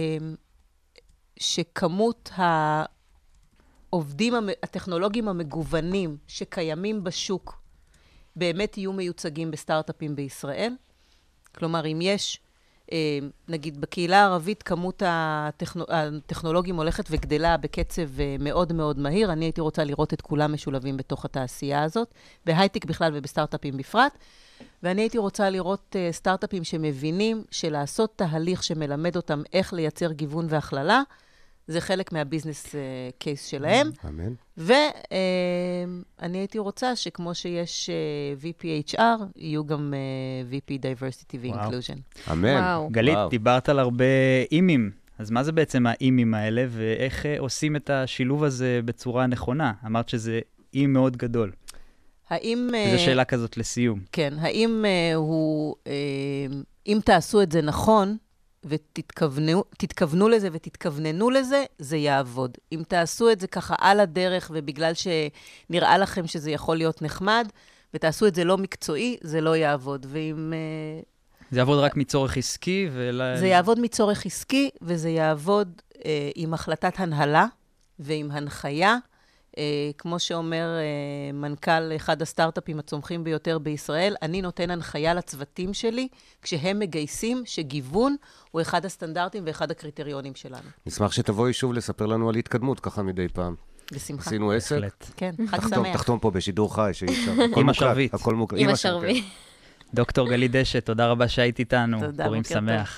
שכמות העובדים הטכנולוגיים המגוונים שקיימים בשוק באמת יהיו מיוצגים בסטארט-אפים בישראל. כלומר, אם יש, נגיד בקהילה הערבית, כמות הטכנולוגים הולכת וגדלה בקצב מאוד מאוד מהיר, אני הייתי רוצה לראות את כולם משולבים בתוך התעשייה הזאת, בהייטק בכלל ובסטארט-אפים בפרט, ואני הייתי רוצה לראות סטארט-אפים שמבינים שלעשות תהליך שמלמד אותם איך לייצר גיוון והכללה, זה חלק מהביזנס קייס שלהם. אמן. ואני הייתי רוצה שכמו שיש VPHR, יהיו גם VP Diversity ו-Inclusion. אמן. גלית, דיברת על הרבה אימים. אז מה זה בעצם האימים האלה, ואיך עושים את השילוב הזה בצורה נכונה? אמרת שזה איים מאוד גדול. זו שאלה כזאת לסיום. כן, האם אם תעשו את זה נכון, ותתכוונו לזה ותתכווננו לזה, זה יעבוד. אם תעשו את זה ככה על הדרך, ובגלל שנראה לכם שזה יכול להיות נחמד, ותעשו את זה לא מקצועי, זה לא יעבוד. ואם... זה יעבוד רק מצורך עסקי? זה יעבוד מצורך עסקי, וזה יעבוד עם החלטת הנהלה, ועם הנחיה, כמו שאומר מנכ"ל אחד הסטארט-אפים הצומחים ביותר בישראל, אני נותן הנחיה לצוותים שלי, כשהם מגייסים שגיוון הוא אחד הסטנדרטים ואחד הקריטריונים שלנו. נשמח שתבואי שוב לספר לנו על התקדמות ככה מדי פעם. בשמחה. עשינו עסק. כן, חג שמח. תחתום פה בשידור חי, שאי אפשר. עם השרביט. הכל מוקלט. עם השרביט. דוקטור גלית דשא, תודה רבה שהיית איתנו. תודה, פורים שמח.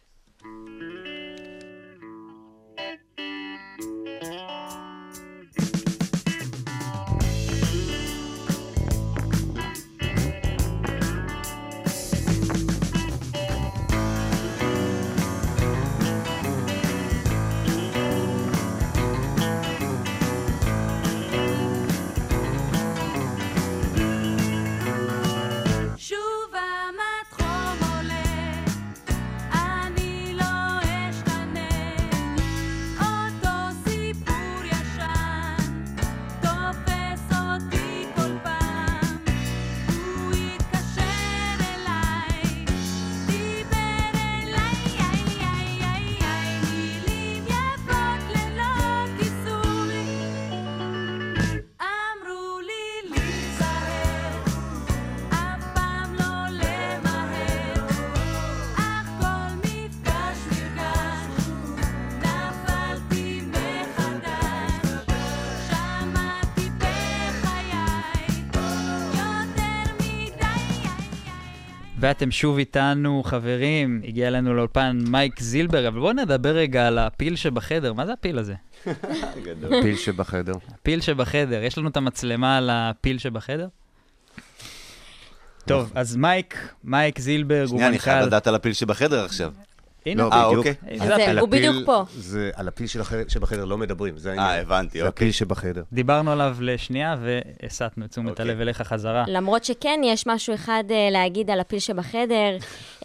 ואתם שוב איתנו, חברים, הגיע לנו לאולפן מייק זילבר, אבל בואו נדבר רגע על הפיל שבחדר. מה זה הפיל הזה? פיל שבחדר. הפיל שבחדר. יש לנו את המצלמה על הפיל שבחדר? טוב, אז מייק זילברג הוא מנכ"ל... אני חייב לדעת על הפיל שבחדר עכשיו. הנה, בדיוק. הוא בדיוק פה. זה על הפיל שבחדר לא מדברים, זה העניין. הבנתי, זה הפיל שבחדר. דיברנו עליו לשנייה והסטנו את תשומת הלב אליך חזרה. למרות שכן, יש משהו אחד להגיד על הפיל שבחדר.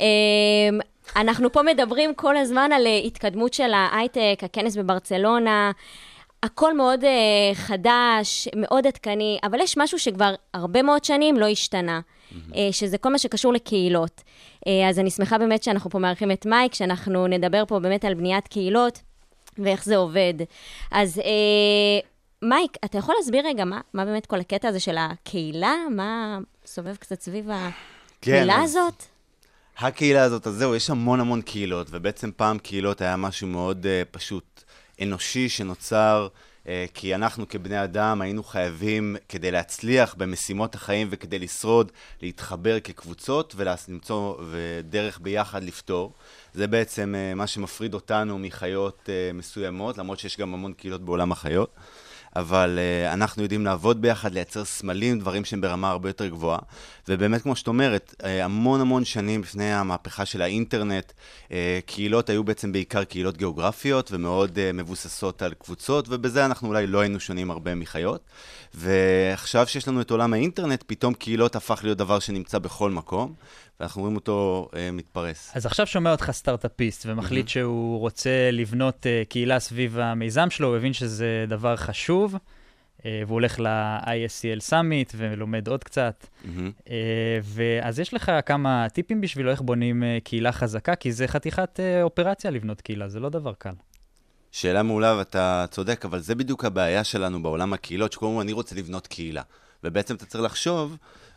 אנחנו פה מדברים כל הזמן על התקדמות של ההייטק, הכנס בברצלונה, הכל מאוד חדש, מאוד עדכני, אבל יש משהו שכבר הרבה מאוד שנים לא השתנה, שזה כל מה שקשור לקהילות. אז אני שמחה באמת שאנחנו פה מארחים את מייק, שאנחנו נדבר פה באמת על בניית קהילות, ואיך זה עובד. אז מייק, אתה יכול להסביר רגע מה באמת כל הקטע הזה של הקהילה? מה סובב קצת סביב הקהילה הזאת? הקהילה הזאת, אז זהו, יש המון קהילות, ובעצם פעם קהילות היה משהו מאוד פשוט אנושי שנוצר, כי אנחנו כבני אדם היינו חייבים כדי להצליח במשימות החיים וכדי לשרוד, להתחבר כקבוצות ולמצוא דרך ביחד לפתור. זה בעצם מה שמפריד אותנו מחיות מסוימות, למרות שיש גם המון קהילות בעולם החיות. אבל אנחנו יודעים לעבוד ביחד, לייצר סמלים, דברים שהם ברמה הרבה יותר גבוהה. ובאמת, כמו שאת אומרת, המון שנים לפני המהפכה של האינטרנט, קהילות היו בעצם בעיקר קהילות גיאוגרפיות, ומאוד מבוססות על קבוצות, ובזה אנחנו אולי לא היינו שונים הרבה מחיות. ועכשיו שיש לנו את עולם האינטרנט, פתאום קהילות הפך להיות דבר שנמצא בכל מקום, ואנחנו רואים אותו מתפרס. אז עכשיו שומע אותך סטארט-אפיסט, ומחליט שהוא רוצה לבנות קהילה סביב המיזם שלו, הוא הבין שזה דבר חשוב, והוא הולך ל-ISCL Summit ולומד עוד קצת. ואז יש לך כמה טיפים בשבילו איך בונים קהילה חזקה, כי זה חתיכת אופרציה לבנות קהילה, זה לא דבר קל. שאלה מעולה, ואתה צודק, אבל זה בדיוק הבעיה שלנו בעולם הקהילות, שקוראים, אני רוצה לבנות קהילה. ובעצם אתה צריך לחשוב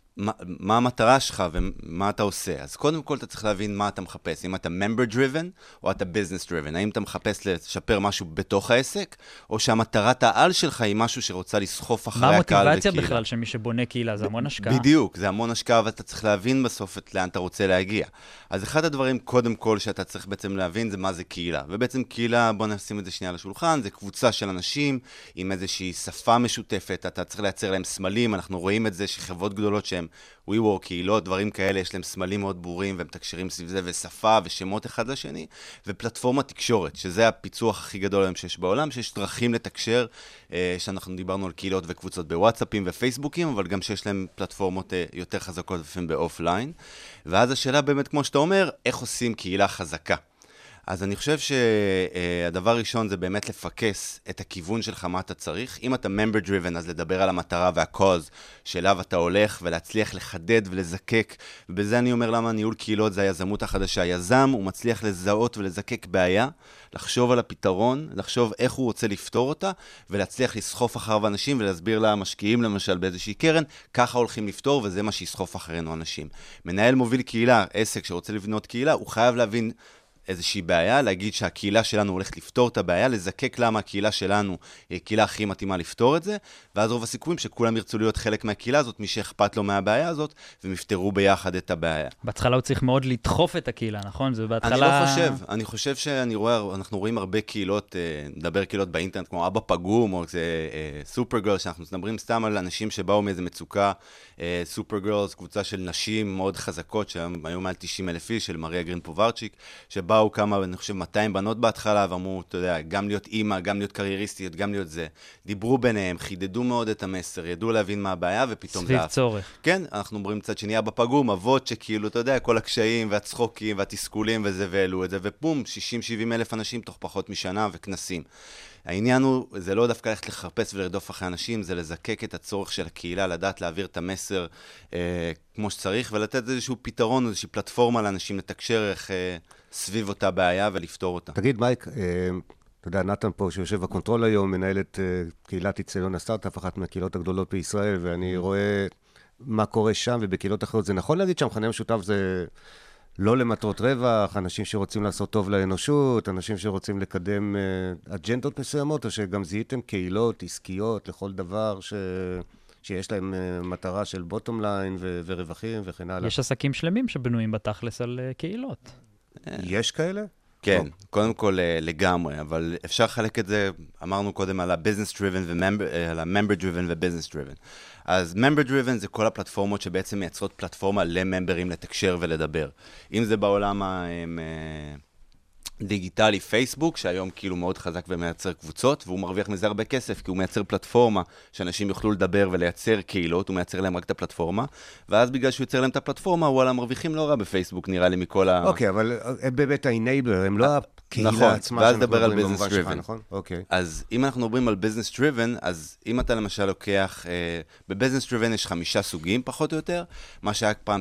מה המטרה שלך ומה אתה עושה. אז קודם כל אתה צריך להבין מה אתה מחפש. אם אתה member driven או אתה business driven. האם אתה מחפש לשפר משהו בתוך העסק, או שהמטרת העל שלך היא משהו שרוצה לסחוף אחרי הקהל וקהילה. מה המוטיבציה בכלל שמי שבונה קהילה? זה המון השקעה. בדיוק, זה המון השקעה, ואתה צריך להבין בסוף לאן אתה רוצה להגיע. אז אחד הדברים קודם כל שאתה צריך בעצם להבין זה מה זה קהילה. ובעצם קהילה, בוא נשים את זה שנייה לשולחן, זה קבוצה של אנשים עם איזושהי שפה משותפת, אתה צריך לייצר להם סמלים, אנחנו רואים את זה שחברות גדולות שהם WeWork, קהילות, דברים כאלה, יש להם סמלים מאוד ברורים, והם תקשרים סביב זה, ושפה ושמות אחד לשני, ופלטפורמה תקשורת, שזה הפיצוח הכי גדול היום שיש בעולם, שיש דרכים לתקשר, שאנחנו דיברנו על קהילות וקבוצות בוואטסאפים ופייסבוקים, אבל גם שיש להם פלטפורמות יותר חזקות לפעמים באופליין. ואז השאלה באמת, כמו שאתה אומר, איך עושים קהילה חזקה? אז אני חושב שהדבר הראשון זה באמת לפקס את הכיוון שלך, מה אתה צריך. אם אתה member driven, אז לדבר על המטרה והקוז שאליו אתה הולך, ולהצליח לחדד ולזקק. ובזה אני אומר למה ניהול קהילות זה היזמות החדשה. יזם הוא מצליח לזהות ולזקק בעיה, לחשוב על הפתרון, לחשוב איך הוא רוצה לפתור אותה, ולהצליח לסחוף אחריו אנשים ולהסביר למשקיעים למשל באיזושהי קרן, ככה הולכים לפתור, וזה מה שיסחוף אחרינו אנשים. מנהל מוביל קהילה, עסק שרוצה לבנות קהילה, הוא חייב להבין איזושהי בעיה, להגיד שהקהילה שלנו הולכת לפתור את הבעיה, לזקק למה הקהילה שלנו היא הקהילה הכי מתאימה לפתור את זה, ואז רוב הסיכויים שכולם ירצו להיות חלק מהקהילה הזאת, מי שאכפת לו מהבעיה הזאת, והם יפתרו ביחד את הבעיה. בהתחלה הוא צריך מאוד לדחוף את הקהילה, נכון? זה בהתחלה... אני חושב אנחנו רואים הרבה קהילות, נדבר קהילות באינטרנט, כמו אבא פגום, או סופרגרל, שאנחנו מדברים סתם על אנשים שבאו מאיזה מצוקה, סופרגרלס, קבוצה של נשים מאוד חזקות, שהיו מעל 90,000 איש, של מריה גרין פוברצ'יק, שבאו כמה, אני חושב, 200 בנות בהתחלה, ואמרו, אתה יודע, גם להיות אימא, גם להיות קרייריסטיות, גם להיות זה. דיברו ביניהם, חידדו מאוד את המסר, ידעו להבין מה הבעיה, ופתאום סביב צורך. כן, אנחנו אומרים צד שני, אבא פגום, אבות שכאילו, אתה יודע, כל הקשיים והצחוקים והתסכולים וזה והעלו את זה, ופום, 60-70 אלף אנשים תוך פחות משנה וכנסים. העניין הוא, זה לא דווקא ללכת לחפש ולרדוף אחרי אנשים, זה לזקק את הצורך של הקהילה, לדעת להעביר את המסר כמו שצריך, ולתת איזשהו פתרון, איזושהי פלטפורמה לאנשים לתקשר איך סביב אותה בעיה ולפתור אותה. תגיד, מייק, אתה יודע, נתן פה שיושב בקונטרול היום, מנהל את קהילת איצטדיון הסטארט-אפ, אחת מהקהילות הגדולות בישראל, ואני רואה מה קורה שם ובקהילות אחרות. זה נכון להגיד שהמכנה המשותף זה לא למטרות רווח, אנשים שרוצים לעשות טוב לאנושות, אנשים שרוצים לקדם אג'נדות מסוימות, או שגם זיהיתם קהילות עסקיות לכל דבר שיש להם מטרה של בוטום ליין ורווחים וכן הלאה. יש עסקים שלמים שבנויים בתכלס על קהילות. יש כאלה? כן, קודם כל לגמרי, אבל אפשר לחלק את זה, אמרנו קודם על ה-business driven על ה-member driven ו-business driven. אז member driven זה כל הפלטפורמות שבעצם מייצרות פלטפורמה לממברים לתקשר ולדבר. אם זה בעולם דיגיטלי פייסבוק, שהיום כאילו מאוד חזק ומייצר קבוצות, והוא מרוויח מזה הרבה כסף, כי הוא מייצר פלטפורמה שאנשים יוכלו לדבר ולייצר קהילות, הוא מייצר להם רק את הפלטפורמה, ואז בגלל שהוא ייצר להם את הפלטפורמה, וואלה, מרוויחים לא רע בפייסבוק, נראה לי מכל ה... אוקיי, אבל הם באמת ה-enabler, הם לא הקהילה עצמה ואז נדבר על business driven. נכון? אוקיי. אז אם אנחנו מדברים על business driven, אז אם אתה למשל לוקח, ב-business driven יש 5 סוגים פחות או יותר, מה שהיה פעם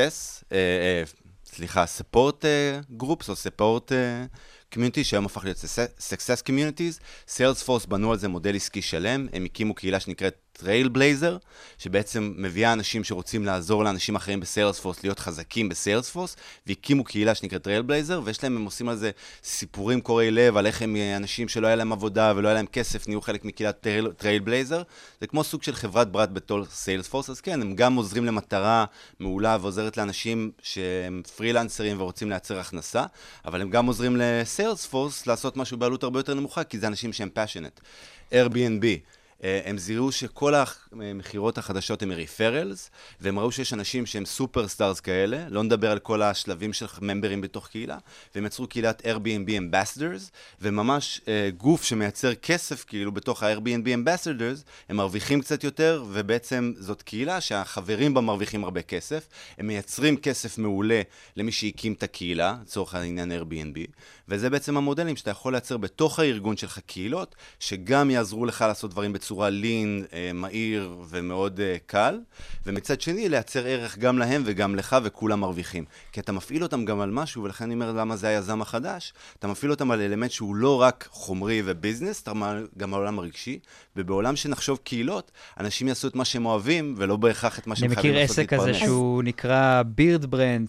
support groups או support community, שהיום הפך להיות success communities. Salesforce בנו על זה מודל עסקי שלם, הם הקימו קהילה שנקראת Trailblazer, שבעצם מביאה אנשים שרוצים לעזור לאנשים אחרים בסיילספורס להיות חזקים בסיילספורס, והקימו קהילה שנקראת Trailblazer, ויש להם, הם עושים על זה סיפורים קוראי לב, על איך הם אנשים שלא היה להם עבודה ולא היה להם כסף, נהיו חלק מקהילת Trailblazer. זה כמו סוג של חברת ברת בתור סיילספורס, אז כן, הם גם עוזרים למטרה מעולה ועוזרת לאנשים שהם פרילנסרים ורוצים לייצר הכנסה, אבל הם גם עוזרים לסיילספורס לעשות משהו בעלות הרבה יותר נמוכה, כי זה אנשים שהם passionate. Airbnb, הם זיהו שכל המחירות החדשות הם ריפרלס, והם ראו שיש אנשים שהם סופרסטארס כאלה, לא נדבר על כל השלבים של ממברים בתוך קהילה, והם יצרו קהילת Airbnb Ambassadors, וממש גוף שמייצר כסף כאילו בתוך ה-Airbnb Ambassadors, הם מרוויחים קצת יותר, ובעצם זאת קהילה שהחברים בה מרוויחים הרבה כסף, הם מייצרים כסף מעולה למי שהקים את הקהילה, לצורך העניין Airbnb, וזה בעצם המודלים שאתה יכול לייצר בתוך הארגון שלך קהילות, שגם יעזרו לך לעשות דברים בצורה לין, מהיר ומאוד קל, ומצד שני לייצר ערך גם להם וגם לך, וכולם מרוויחים. כי אתה מפעיל אותם גם על משהו, ולכן אני אומר למה זה היזם החדש, אתה מפעיל אותם על אלמנט שהוא לא רק חומרי וביזנס, אתה גם העולם הרגשי, ובעולם שנחשוב קהילות, אנשים יעשו את מה שהם אוהבים, ולא בהכרח את מה שהם חייבים לעשות להתפרנס. אני מכיר עסק כזה שהוא נקרא בירד ברנד,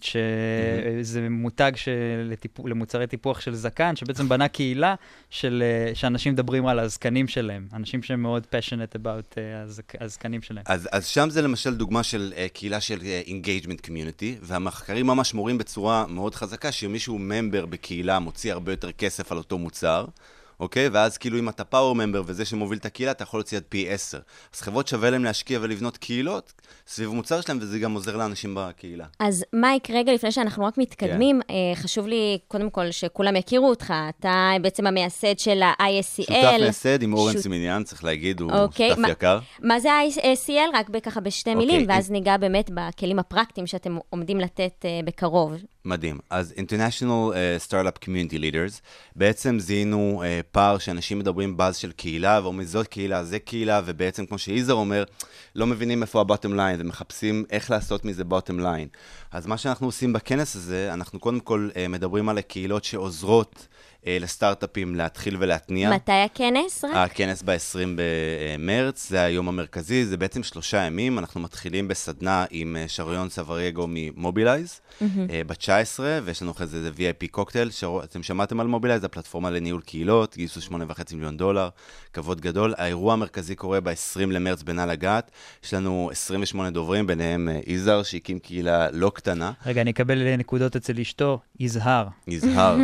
שזה מותג למוצרי טיפוח של זקן, שבעצם בנה קהילה שאנשים מדברים על הזקנים שלהם, אנשים שהם מאוד passionate about הזקנים שלהם. אז שם זה למשל דוגמה של קהילה של engagement community, והמחקרים ממש מורים בצורה מאוד חזקה, שמישהו ממבר בקהילה מוציא הרבה יותר כסף על אותו מוצר, אוקיי? ואז כאילו אם אתה פאוור ממבר וזה שמוביל את הקהילה, אתה יכול להוציא עד פי 10. אז חברות שווה להם להשקיע ולבנות קהילות סביב מוצר שלהם, וזה גם עוזר לאנשים בקהילה. אז מייק, רגע לפני שאנחנו רק מתקדמים, חשוב לי קודם כל שכולם יכירו אותך. אתה בעצם המייסד של ה-ISCL. שותף מייסד עם אורן סימיניאן, צריך להגיד, הוא שותף יקר. מה זה ה-ISCL? רק ככה בשתי מילים, ואז ניגע באמת בכלים הפרקטיים שאתם עומדים לתת בקרוב. מדהים. אז International Startup Community Leaders, בעצם זיהינו פער שאנשים מדברים באז של קהילה, ואומרים זאת קהילה, זה קהילה, ובעצם כמו שאיזר אומר, לא מבינים איפה ה-bottom line, ומחפשים איך לעשות מזה bottom line. אז מה שאנחנו עושים בכנס הזה, אנחנו קודם כל מדברים על הקהילות שעוזרות לסטארט-אפים להתחיל ולהתניע. מתי הכנס? הכנס ב-20 במרץ, זה היום המרכזי, זה בעצם 3 ימים, אנחנו מתחילים בסדנה עם שריון סברייגו ממובילייז, ב-19, ויש לנו אחרי זה VIP קוקטייל, אתם שמעתם על מובילייז, הפלטפורמה לניהול קהילות, גייסו $8.5 מיליון, כבוד גדול. האירוע המרכזי קורה ב-20 למרץ בנהל הגת, יש לנו 28 דוברים, ביניהם איזר, שהקים קהילה לא קטנה. רגע, אני אקבל נקודות אצל אשתו, יזהר. יזהר.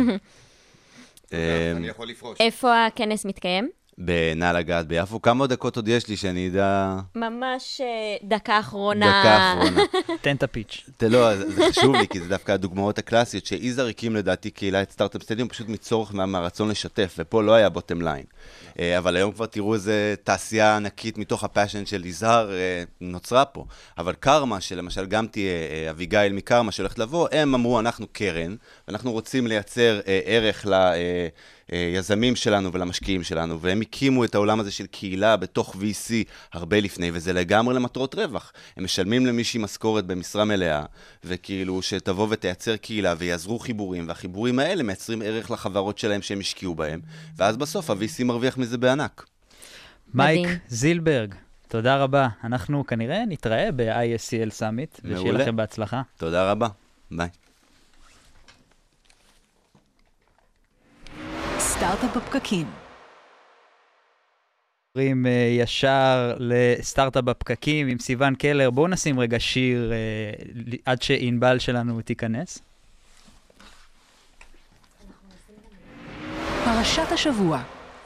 אני יכול לפרוש. איפה הכנס מתקיים? בנהל הגת ביפו. כמה דקות עוד יש לי שאני אדע... ממש דקה אחרונה. דקה אחרונה. תן את הפיץ'. לא, זה חשוב לי, כי זה דווקא הדוגמאות הקלאסיות, שאיזר הקים לדעתי קהילה את סטארט-אפ סטדיום, פשוט מצורך מהרצון לשתף, ופה לא היה בוטם ליין. אבל היום כבר תראו איזה תעשייה ענקית מתוך הפאשן של יזהר נוצרה פה. אבל קרמה, שלמשל גם תהיה אביגיל מקרמה שהולכת לבוא, הם אמרו, אנחנו קרן, ואנחנו רוצים לייצר ערך ליזמים שלנו ולמשקיעים שלנו, והם הקימו את העולם הזה של קהילה בתוך VC הרבה לפני, וזה לגמרי למטרות רווח. הם משלמים למישהי משכורת במשרה מלאה, וכאילו שתבוא ותייצר קהילה ויעזרו חיבורים, והחיבורים האלה מייצרים ערך לחברות שלהם שהם השקיעו בהם, ואז בסוף ה-VC מרוויח מזה בענק. מייק זילברג, תודה רבה. אנחנו כנראה נתראה ב-ISCL Summit, ושיהיה לכם בהצלחה. תודה רבה. ביי. סטארט-אפ בפקקים. עוברים ישר לסטארט-אפ בפקקים עם סיוון קלר. בואו נשים רגע שיר עד שענבל שלנו תיכנס. פרשת השבוע.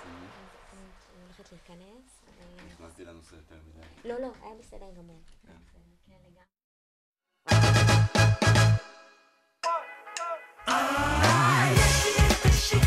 לא, היה בסדר גמור. יש לי את השיר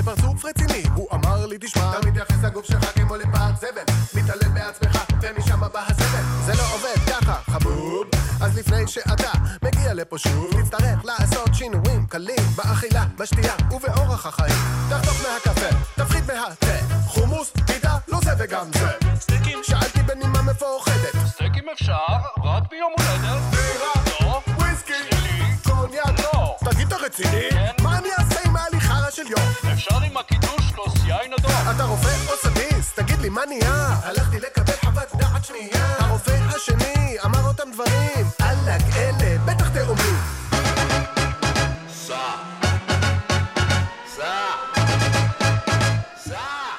בפרצוף רציני, הוא אמר לי תשמע, אתה מתייחס לגוף שלך כמו לפח זבל, מתעלם בעצמך ומשם בא הזבל, זה לא עובד ככה חבוב, אז לפני שאתה מגיע לפה שוב, תצטרך לעשות שינויים קלים באכילה, בשתייה ובאורח החיים, תחתוך מהקפה, תפחית מהתה, חומוס, פיתה, לא זה וגם זה, סטייקים, שאלתי בנימה מפוחדת, סטייקים אפשר, רק ביום הולדת, בירה, לא, וויסקי, קוניאק, לא, תגיד אתה רציני? מה אני אעשה עם ההליכה של יום? אפשר עם הקידוש כוס יין אדום. אתה רופא או סדיסט? תגיד לי מה נהיה? הלכתי לקבל חוות דעת שנייה. הרופא השני אמר אותם דברים, אלג אלה בטח תאומים. סע סע סע.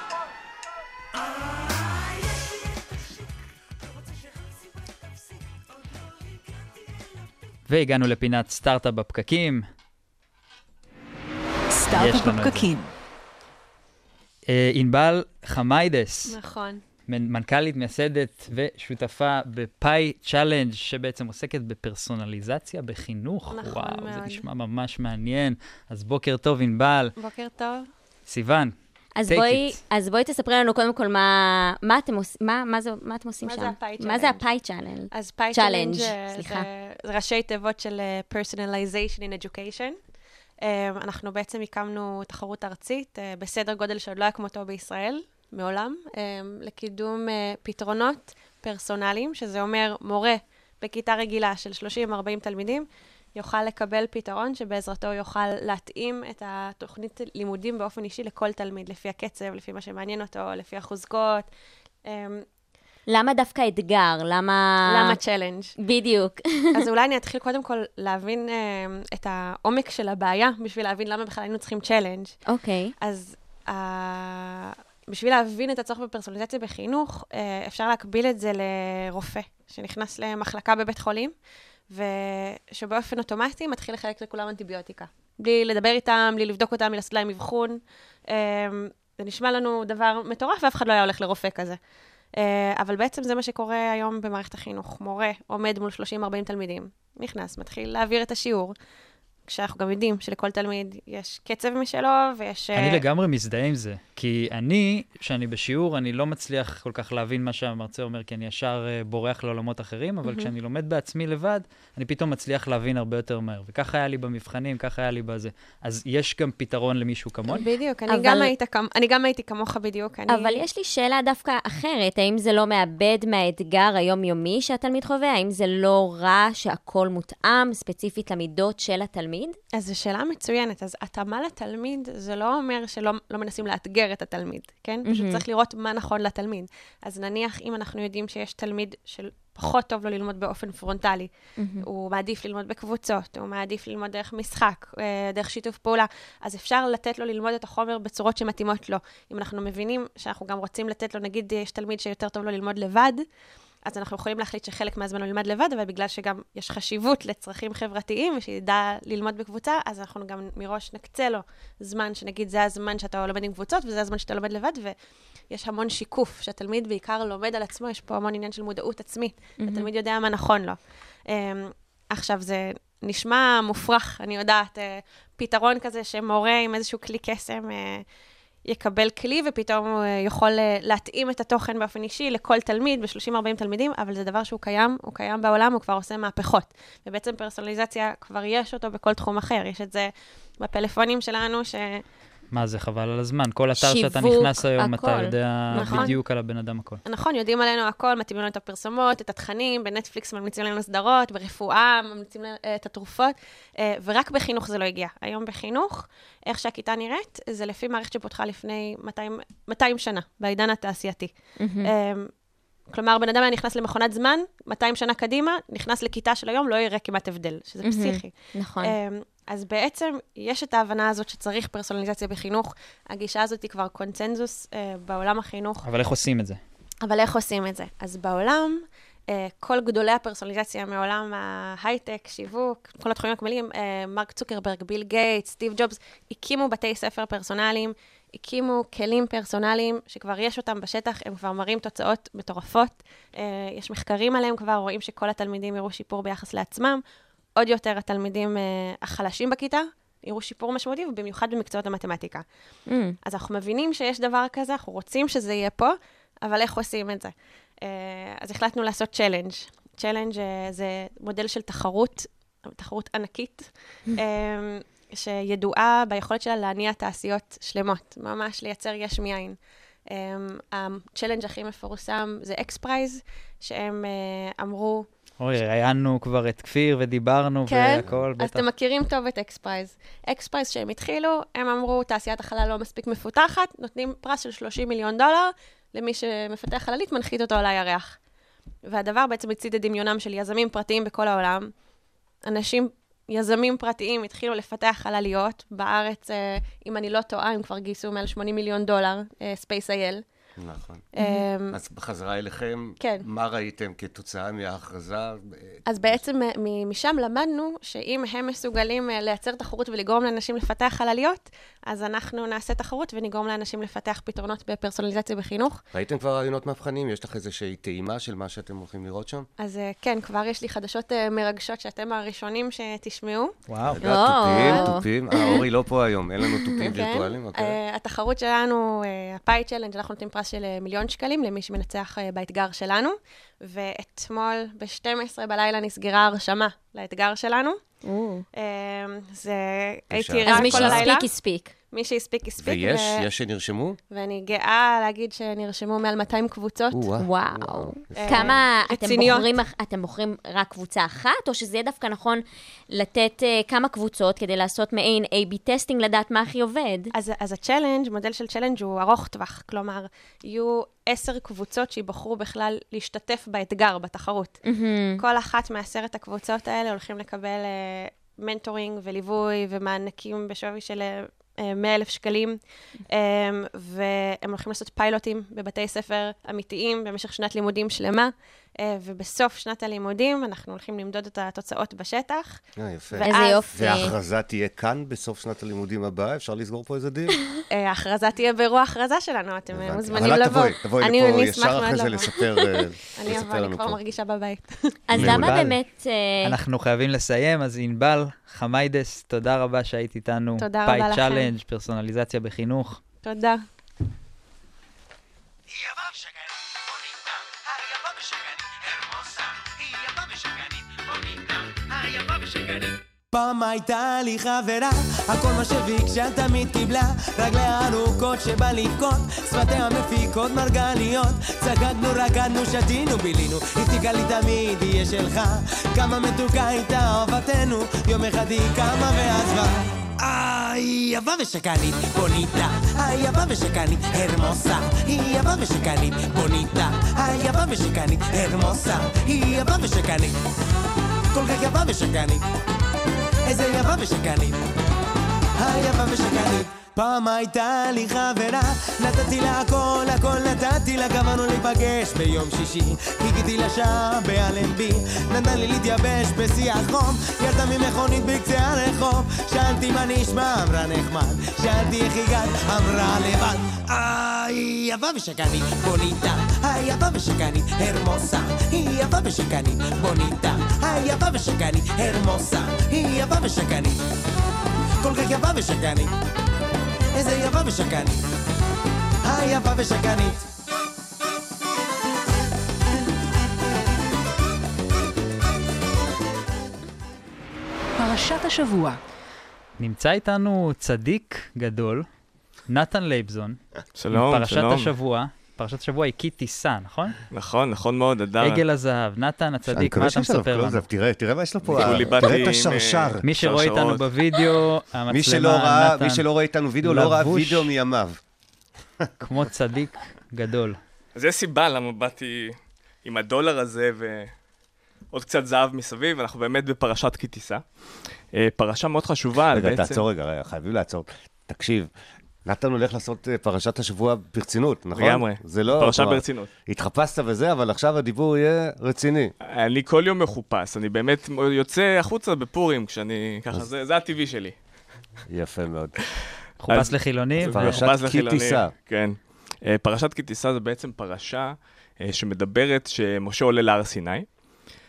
והגענו לפינת סטארט-אפ בפקקים. סטארט-אפ בפקקים. ענבל חמיידס. נכון. מנכ"לית, מייסדת ושותפה בפאי צ'אלנג' שבעצם עוסקת בפרסונליזציה בחינוך. נכון וואו, מאוד. זה נשמע ממש מעניין. אז בוקר טוב, ענבל. בוקר טוב. סיוון, אז בואי תספרי לנו קודם כל מה אתם עושים שם. מה זה הפאי צ'אלנג'? אז פאי צ'אלנג' זה ראשי תיבות של Personalization in Education. אנחנו בעצם הקמנו תחרות ארצית בסדר גודל שעוד לא היה כמותו בישראל, מעולם, לקידום פתרונות פרסונליים, שזה אומר מורה בכיתה רגילה של 30-40 תלמידים, יוכל לקבל פתרון שבעזרתו יוכל להתאים את התוכנית לימודים באופן אישי לכל תלמיד, לפי הקצב, לפי מה שמעניין אותו, לפי החוזקות. למה דווקא אתגר? למה צ'לנג'? בדיוק. אז אולי אני אתחיל קודם כל להבין את העומק של הבעיה, בשביל להבין למה בכלל היינו צריכים צ'לנג'. אוקיי. אז בשביל להבין את הצורך בפרסונליזציה בחינוך, אפשר להקביל את זה לרופא, שנכנס למחלקה בבית חולים, ושבאופן אוטומטי מתחיל לחלק לכולם אנטיביוטיקה. בלי לדבר איתם, בלי לבדוק אותם, בלי לעשות להם אבחון. זה נשמע לנו דבר מטורף, ואף אחד לא היה הולך לרופא כזה. אבל בעצם זה מה שקורה היום במערכת החינוך. מורה עומד מול 30-40 תלמידים, נכנס, מתחיל להעביר את השיעור, כשאנחנו גם יודעים שלכל תלמיד יש קצב משלו, ויש... אני לגמרי מזדהה עם זה, כי כשאני בשיעור, אני לא מצליח כל כך להבין מה שהמרצה אומר, כי אני ישר בורח לעולמות אחרים, אבל כשאני לומד בעצמי לבד, אני פתאום מצליח להבין הרבה יותר מהר. וככה היה לי במבחנים, ככה היה לי בזה. אז יש גם פתרון למישהו כמוני? בדיוק, אני גם הייתי כמוך בדיוק. אבל יש לי שאלה דווקא אחרת, האם זה לא מאבד מהאתגר היומיומי שהתלמיד חווה? האם זה לא רע שהכל מותאם ספציפית למידות של התלמיד? אז זו שאלה מצוינת. אז התאמה לתלמיד, זה לא אומר שלא מנסים לאתגר את התלמיד, כן? פשוט צריך לראות מה נכון לתלמיד. אז נניח, אם אנחנו יודעים שיש תלמיד של פחות טוב לו ללמוד באופן פרונטלי, הוא מעדיף ללמוד בקבוצות, הוא מעדיף ללמוד דרך משחק, דרך שיתוף פעולה, אז אפשר לתת לו ללמוד את החומר בצורות שמתאימות לו. אם אנחנו מבינים שאנחנו גם רוצים לתת לו, נגיד, יש תלמיד שיותר טוב לו ללמוד לבד, אז אנחנו יכולים להחליט שחלק מהזמן הוא ילמד לבד, אבל בגלל שגם יש חשיבות לצרכים חברתיים, ושידע ללמוד בקבוצה, אז אנחנו גם מראש נקצה לו זמן, שנגיד זה הזמן שאתה לומד עם קבוצות, וזה הזמן שאתה לומד לבד, ויש המון שיקוף, שהתלמיד בעיקר לומד על עצמו, יש פה המון עניין של מודעות עצמית, התלמיד יודע מה נכון לו. עכשיו, זה נשמע מופרך, אני יודעת, פתרון כזה שמורה עם איזשהו כלי קסם, יקבל כלי, ופתאום הוא יכול להתאים את התוכן באופן אישי לכל תלמיד, ב-30-40 תלמידים, אבל זה דבר שהוא קיים בעולם, הוא כבר עושה מהפכות. ובעצם פרסונליזציה כבר יש אותו בכל תחום אחר. יש את זה בפלאפונים שלנו, מה זה, חבל על הזמן. כל אתר שאתה נכנס היום, אתה יודע בדיוק על הבן אדם הכל. נכון, יודעים עלינו הכל, מתאימים לנו את הפרסומות, את התכנים, בנטפליקס ממליצים לנו סדרות, ברפואה ממליצים את התרופות, ורק בחינוך זה לא הגיע. היום בחינוך, איך שהכיתה נראית, זה לפי מערכת שפותחה לפני 200 שנה, בעידן התעשייתי. כלומר, בן אדם היה נכנס למכונת זמן, 200 שנה קדימה, נכנס לכיתה של היום, לא יראה כמעט הבדל, שזה פסיכי. נכון. אז בעצם יש את ההבנה הזאת שצריך פרסונליזציה בחינוך. הגישה הזאת היא כבר קונצנזוס בעולם החינוך. אבל איך עושים את זה? אז בעולם, כל גדולי הפרסונליזציה מעולם ההייטק, שיווק, כל התחומים הכמלים, מרק צוקרברג, ביל גייטס, סטיב ג'ובס, הקימו בתי ספר פרסונליים, הקימו כלים פרסונליים שכבר יש אותם בשטח, הם כבר מראים תוצאות מטורפות. יש מחקרים עליהם כבר, רואים שכל התלמידים יראו שיפור ביחס לעצמם. עוד יותר התלמידים החלשים בכיתה יראו שיפור משמעותי, ובמיוחד במקצועות המתמטיקה. אז אנחנו מבינים שיש דבר כזה, אנחנו רוצים שזה יהיה פה, אבל איך עושים את זה? אז החלטנו לעשות צ'לנג'. צ'לנג' זה מודל של תחרות ענקית, שידועה ביכולת שלה להניע תעשיות שלמות, ממש לייצר יש מאין. הצ'לנג' הכי מפורסם זה אקספרייז, שהם אמרו... אוי, ראיינו כבר את כפיר ודיברנו והכל, בטח. אז אתם מכירים טוב את אקספרייז. אקספרייז שהם התחילו, הם אמרו, תעשיית החלל לא מספיק מפותחת, נותנים פרס של $30 מיליון למי שמפתח חללית, מנחית אותו על הירח. והדבר בעצם הצית את דמיונם של יזמים פרטיים בכל העולם. יזמים פרטיים התחילו לפתח חלליות. בארץ, אם אני לא טועה, הם כבר גייסו מעל $80 מיליון, SpaceIL. נכון. אז בחזרה אליכם, מה ראיתם כתוצאה מההכרזה? אז בעצם משם למדנו שאם הם מסוגלים לייצר תחרות ולגרום לאנשים לפתח חלליות, אז אנחנו נעשה תחרות ונגרום לאנשים לפתח פתרונות בפרסונליזציה בחינוך. ראיתם כבר רעיונות מבחנים? יש לך איזושהי טעימה של מה שאתם הולכים לראות שם? אז כן, כבר יש לי חדשות מרגשות שאתם הראשונים שתשמעו. וואו. תופים. אורי לא פה היום, אין לנו תופים וירטואליים. התחרות שלנו, הפאי צ'לנג', אנחנו נותנים פרס של $1 מיליון למי שמנצח באתגר שלנו, ואתמול ב-12 בלילה נסגרה הרשמה לאתגר שלנו. הייתי רע כל הלילה. אז מי שהספיק, הספיק. מי שהספיק, הספיק. ויש שנרשמו? ואני גאה להגיד שנרשמו מעל 200 קבוצות. וואו. כמה אתם בוחרים רק קבוצה אחת, או שזה יהיה דווקא נכון לתת כמה קבוצות כדי לעשות מעין A-B טסטינג, לדעת מה הכי עובד? אז הצ'לנג', מודל של צ'לנג' הוא ארוך טווח. כלומר, יהיו 10 קבוצות שיבחרו בכלל להשתתף באתגר, בתחרות. כל אחת מ10 הקבוצות האלה הולכים לקבל מנטורינג וליווי ומענקים בשווי של $100,000, והם הולכים לעשות פיילוטים בבתי ספר אמיתיים במשך שנת לימודים שלמה, ובסוף שנת הלימודים אנחנו הולכים למדוד את התוצאות בשטח. יפה. איזה יופי. וההכרזה תהיה כאן בסוף שנת הלימודים הבאה? אפשר לסגור פה איזה דיל? ההכרזה תהיה באירוע ההכרזה שלנו, אתם מוזמנים לבוא. אבל תבואי לפה ישר אחרי זה לספר לנו פה. אני כבר מרגישה בבית. אז למה באמת... אנחנו חייבים לסיים, אז ענבל חמיידס, תודה רבה שהיית איתנו. תודה רבה לכם. פאי צ'אלנג', פרסונליזציה בחינוך. תודה. פעם הייתה לי חברה, הכל מה שביקשה תמיד קיבלה, רגליה ארוכות שבא לבכות, שפתיה מפיקות מרגליות, צחקנו, רקדנו, שתינו, בילינו, הבטיקה לי תמיד יהיה שלך, כמה מתוקה הייתה אהבתנו, יום אחד היא קמה ועזבה. היא יפה ושקנית, בוניטה, היא יפה ושקנית, הרמוסה, היא יפה ושקנית, בוניטה, היא יפה ושקנית, הרמוסה, היא יפה ושקנית, כל כך יפה ושקנית, איזה יפה ושקנית, היפה ושקנית. פעם הייתה לי חברה, נתתי לה הכל, הכל נתתי לה, קבענו להיפגש ביום שישי, חיכיתי לה שעה באלנבי, נתן לי להתייבש בשיא החום, ירדה ממכונית בקצה הרחוב, שאלתי מה נשמע, אמרה נחמד, שאלתי איך הגעת, אמרה לבד. היא יפה ושקנית, בוניטה, היא יפה ושקנית, הרמוסה, היא יפה ושקנית, בוניטה, היא יפה ושקנית, הרמוסה, היא יפה ושקנית, כל כך יפה ושקנית, איזה יפה ושקנית, היפה ושקנית. פרשת השבוע. נמצא איתנו צדיק גדול, נתן לייבזון. שלום, פרשת השבוע. פרשת השבוע היא קיטיסה, נכון? נכון, נכון מאוד, אדר. עגל הזהב. נתן הצדיק, מה אתה מספר לנו? תראה מה יש לו פה, תראה את השרשר. מי שרואה איתנו בווידאו, המצלמה, מי שלא רואה איתנו וידאו, לא ראה וידאו מימיו. כמו צדיק גדול. אז יש סיבה למה באתי עם הדולר הזה ועוד קצת זהב מסביב, אנחנו באמת בפרשת קיטיסה. פרשה מאוד חשובה. רגע, תעצור רגע, חייבים לעצור. תקשיב. נתן הולך לעשות פרשת השבוע ברצינות, נכון? לגמרי, פרשה ברצינות. התחפשת וזה, אבל עכשיו הדיבור יהיה רציני. אני כל יום מחופש, אני באמת יוצא החוצה בפורים, כשאני ככה, זה הטבעי שלי. יפה מאוד. חופש לחילונים. פרשת קיטיסה. כן. פרשת קיטיסה זה בעצם פרשה שמדברת שמשה עולה להר סיני.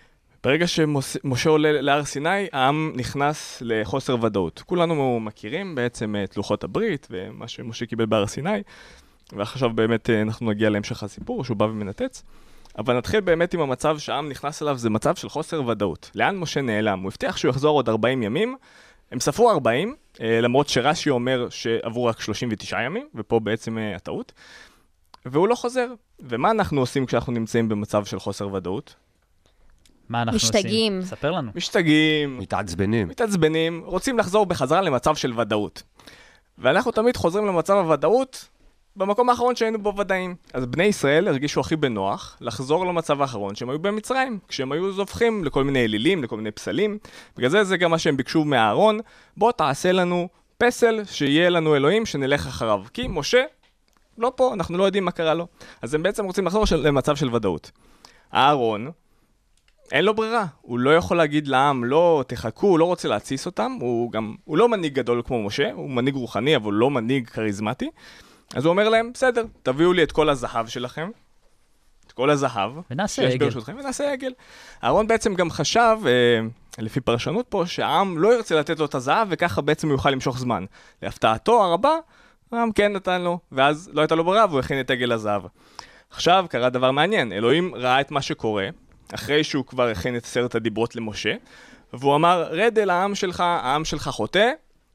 ברגע שמשה עולה להר סיני, העם נכנס לחוסר ודאות. כולנו מכירים בעצם את לוחות הברית ומה שמשה קיבל בהר סיני, ועכשיו באמת אנחנו נגיע להמשך הסיפור, שהוא בא ומנתץ. אבל נתחיל באמת עם המצב שהעם נכנס אליו, זה מצב של חוסר ודאות. לאן משה נעלם? הוא הבטיח שהוא יחזור עוד 40 ימים, הם ספרו 40, למרות שרש"י אומר שעברו רק 39 ימים, ופה בעצם הטעות, והוא לא חוזר. ומה אנחנו עושים כשאנחנו נמצאים במצב של חוסר ודאות? מה אנחנו משתגעים. עושים? ספר לנו. משתגעים. מתעצבנים, רוצים לחזור בחזרה למצב של ודאות. ואנחנו תמיד חוזרים למצב הוודאות במקום האחרון שהיינו בו ודאים. אז בני ישראל הרגישו הכי בנוח לחזור למצב האחרון שהם היו במצרים, כשהם היו זובחים לכל מיני אלילים, לכל מיני פסלים. בגלל זה גם מה שהם ביקשו מהארון, בוא תעשה לנו פסל שיהיה לנו אלוהים שנלך אחריו. כי משה לא פה, אנחנו לא יודעים מה קרה לו. אז הם בעצם רוצים לחזור למצב של ודאות. הארון, אין לו ברירה, הוא לא יכול להגיד לעם, לא תחכו, הוא לא רוצה להציס אותם, הוא לא מנהיג גדול כמו משה, הוא מנהיג רוחני, אבל הוא לא מנהיג כריזמטי. אז הוא אומר להם, בסדר, תביאו לי את כל הזהב שלכם, את כל הזהב, ונעשה עגל. ונעשה עגל. אהרון בעצם גם חשב, לפי פרשנות פה, שהעם לא ירצה לתת לו את הזהב, וככה בעצם הוא יוכל למשוך זמן. להפתעתו הרבה, העם כן נתן לו, ואז לא הייתה לו ברירה, והוא הכין את עגל הזהב. עכשיו קרה דבר מעניין, אלוהים ראה את מה שקורה, אחרי שהוא כבר הכין את 10 הדיברות למשה, והוא אמר, רד אל העם שלך חוטא,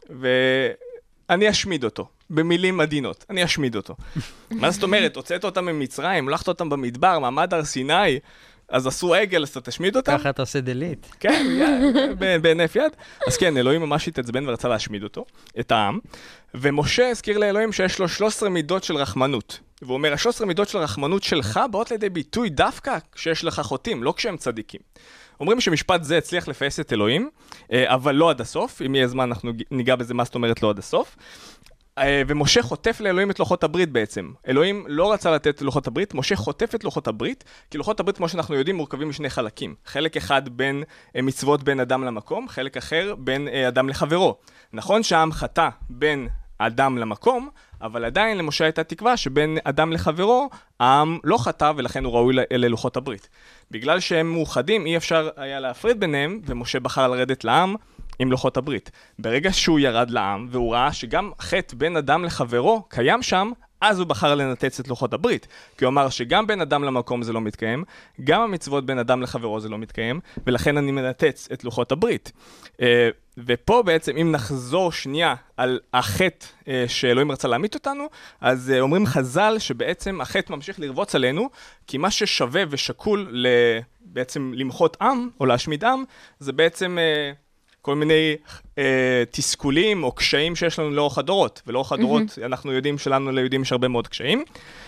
ואני אשמיד אותו. במילים מדינות, אני אשמיד אותו. מה זאת אומרת? הוצאת אותם ממצרים, הולכת אותם במדבר, מעמד הר סיני, אז עשו עגל, אז אתה תשמיד אותם? ככה אתה עושה דלית. כן, בהינף יד. אז כן, אלוהים ממש התעצבן ורצה להשמיד אותו, את העם, ומשה הזכיר לאלוהים שיש לו 13 מידות של רחמנות. והוא אומר, 13 מידות של רחמנות שלך באות לידי ביטוי דווקא כשיש לך חוטאים, לא כשהם צדיקים. אומרים שמשפט זה הצליח לפייס את אלוהים, אבל לא עד הסוף. אם יהיה זמן אנחנו ניגע בזה מה זאת אומרת לא עד הסוף. ומשה חוטף לאלוהים את לוחות הברית בעצם. אלוהים לא רצה לתת לוחות הברית, משה חוטף את לוחות הברית, כי לוחות הברית, כמו שאנחנו יודעים, מורכבים משני חלקים. חלק אחד בין מצוות בין אדם למקום, חלק אחר בין אדם לחברו. נכון שהעם חטא בין אדם למקום, אבל עדיין למשה הייתה תקווה שבין אדם לחברו, העם לא חטא ולכן הוא ראוי ללוחות הברית. בגלל שהם מאוחדים, אי אפשר היה להפריד ביניהם, ומשה בחר לרדת לעם, עם לוחות הברית. ברגע שהוא ירד לעם, והוא ראה שגם חטא בין אדם לחברו קיים שם, אז הוא בחר לנתץ את לוחות הברית. כי הוא אמר שגם בין אדם למקום זה לא מתקיים, גם המצוות בין אדם לחברו זה לא מתקיים, ולכן אני מנתץ את לוחות הברית. ופה בעצם, אם נחזור שנייה על החטא שאלוהים רצה להמית אותנו, אז אומרים חז"ל שבעצם החטא ממשיך לרבוץ עלינו, כי מה ששווה ושקול בעצם למחות עם, או להשמיד עם, זה בעצם כל מיני תסכולים או קשיים שיש לנו לאורך הדורות. ולאורך הדורות אנחנו יודעים שלנו ליהודים יש הרבה מאוד קשיים.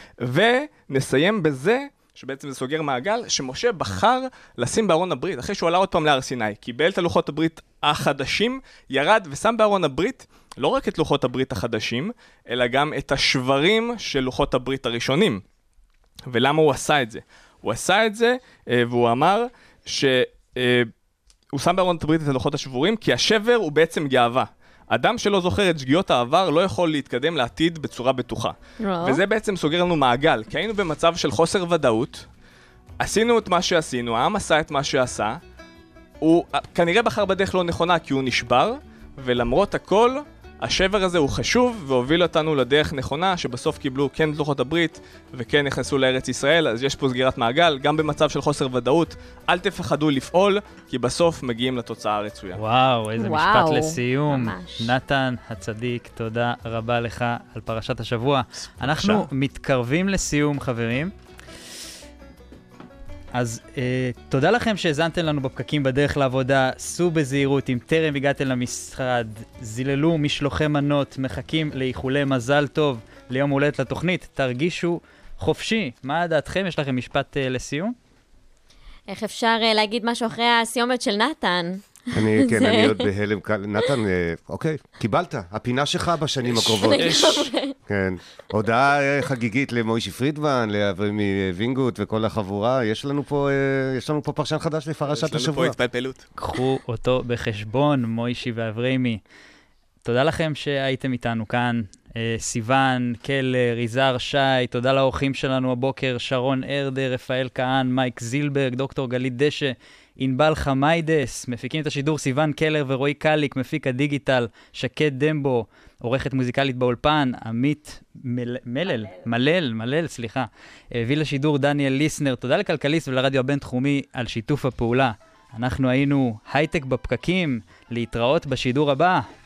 ונסיים בזה, שבעצם זה סוגר מעגל, שמשה בחר לשים בארון הברית, אחרי שהוא עלה עוד פעם להר סיני, קיבל את הלוחות הברית החדשים, ירד ושם בארון הברית, לא רק את לוחות הברית החדשים, אלא גם את השברים של לוחות הברית הראשונים. ולמה הוא עשה את זה? הוא עשה את זה, והוא אמר הוא שם בארון הברית את הלוחות השבורים, כי השבר הוא בעצם גאווה. אדם שלא זוכר את שגיאות העבר לא יכול להתקדם לעתיד בצורה בטוחה. וזה בעצם סוגר לנו מעגל, כי היינו במצב של חוסר ודאות, עשינו את מה שעשינו, העם עשה את מה שעשה, הוא כנראה בחר בדרך לא נכונה כי הוא נשבר, ולמרות הכל, השבר הזה הוא חשוב והוביל אותנו לדרך נכונה, שבסוף קיבלו כן את לוחות הברית וכן נכנסו לארץ ישראל, אז יש פה סגירת מעגל, גם במצב של חוסר ודאות, אל תפחדו לפעול, כי בסוף מגיעים לתוצאה הרצויה. וואו, איזה משפט לסיום. ממש. נתן הצדיק, תודה רבה לך על פרשת השבוע. אנחנו מתקרבים לסיום, חברים. אז תודה לכם שהזנתם לנו בפקקים בדרך לעבודה, סעו בזהירות, אם טרם הגעתם למשרד, זיללו משלוחי מנות, מחכים לאיחולי מזל טוב ליום הולדת לתוכנית, תרגישו חופשי. מה דעתכם? יש לכם משפט לסיום? איך אפשר להגיד משהו אחרי הסיומת של נתן? אני עוד בהלם כאן. נתן, אוקיי, קיבלת. הפינה שלך בשנים הקרובות. כן. הודעה חגיגית למוישי פרידמן, לאברמי וינגוט וכל החבורה. יש לנו פה פרשן חדש לפרשת השבוע. יש לנו פה התפלפלות. קחו אותו בחשבון, מוישי ואברמי. תודה לכם שהייתם איתנו כאן. סיוון, קלר, יזהר שי, תודה לאורחים שלנו הבוקר, שרון ארדר, רפאל כהן, מייק זילברג, דוקטור גלית דשא, ענבל חמיידס, מפיקים את השידור סיוון קלר ורועי קליק, מפיק הדיגיטל שקד דמבו, עורכת מוזיקלית באולפן, עמית מלל, סליחה. הביא לשידור דניאל ליסנר, תודה לכלכליסט ולרדיו הבינתחומי על שיתוף הפעולה. אנחנו היינו הייטק בפקקים, להתראות בשידור הבא.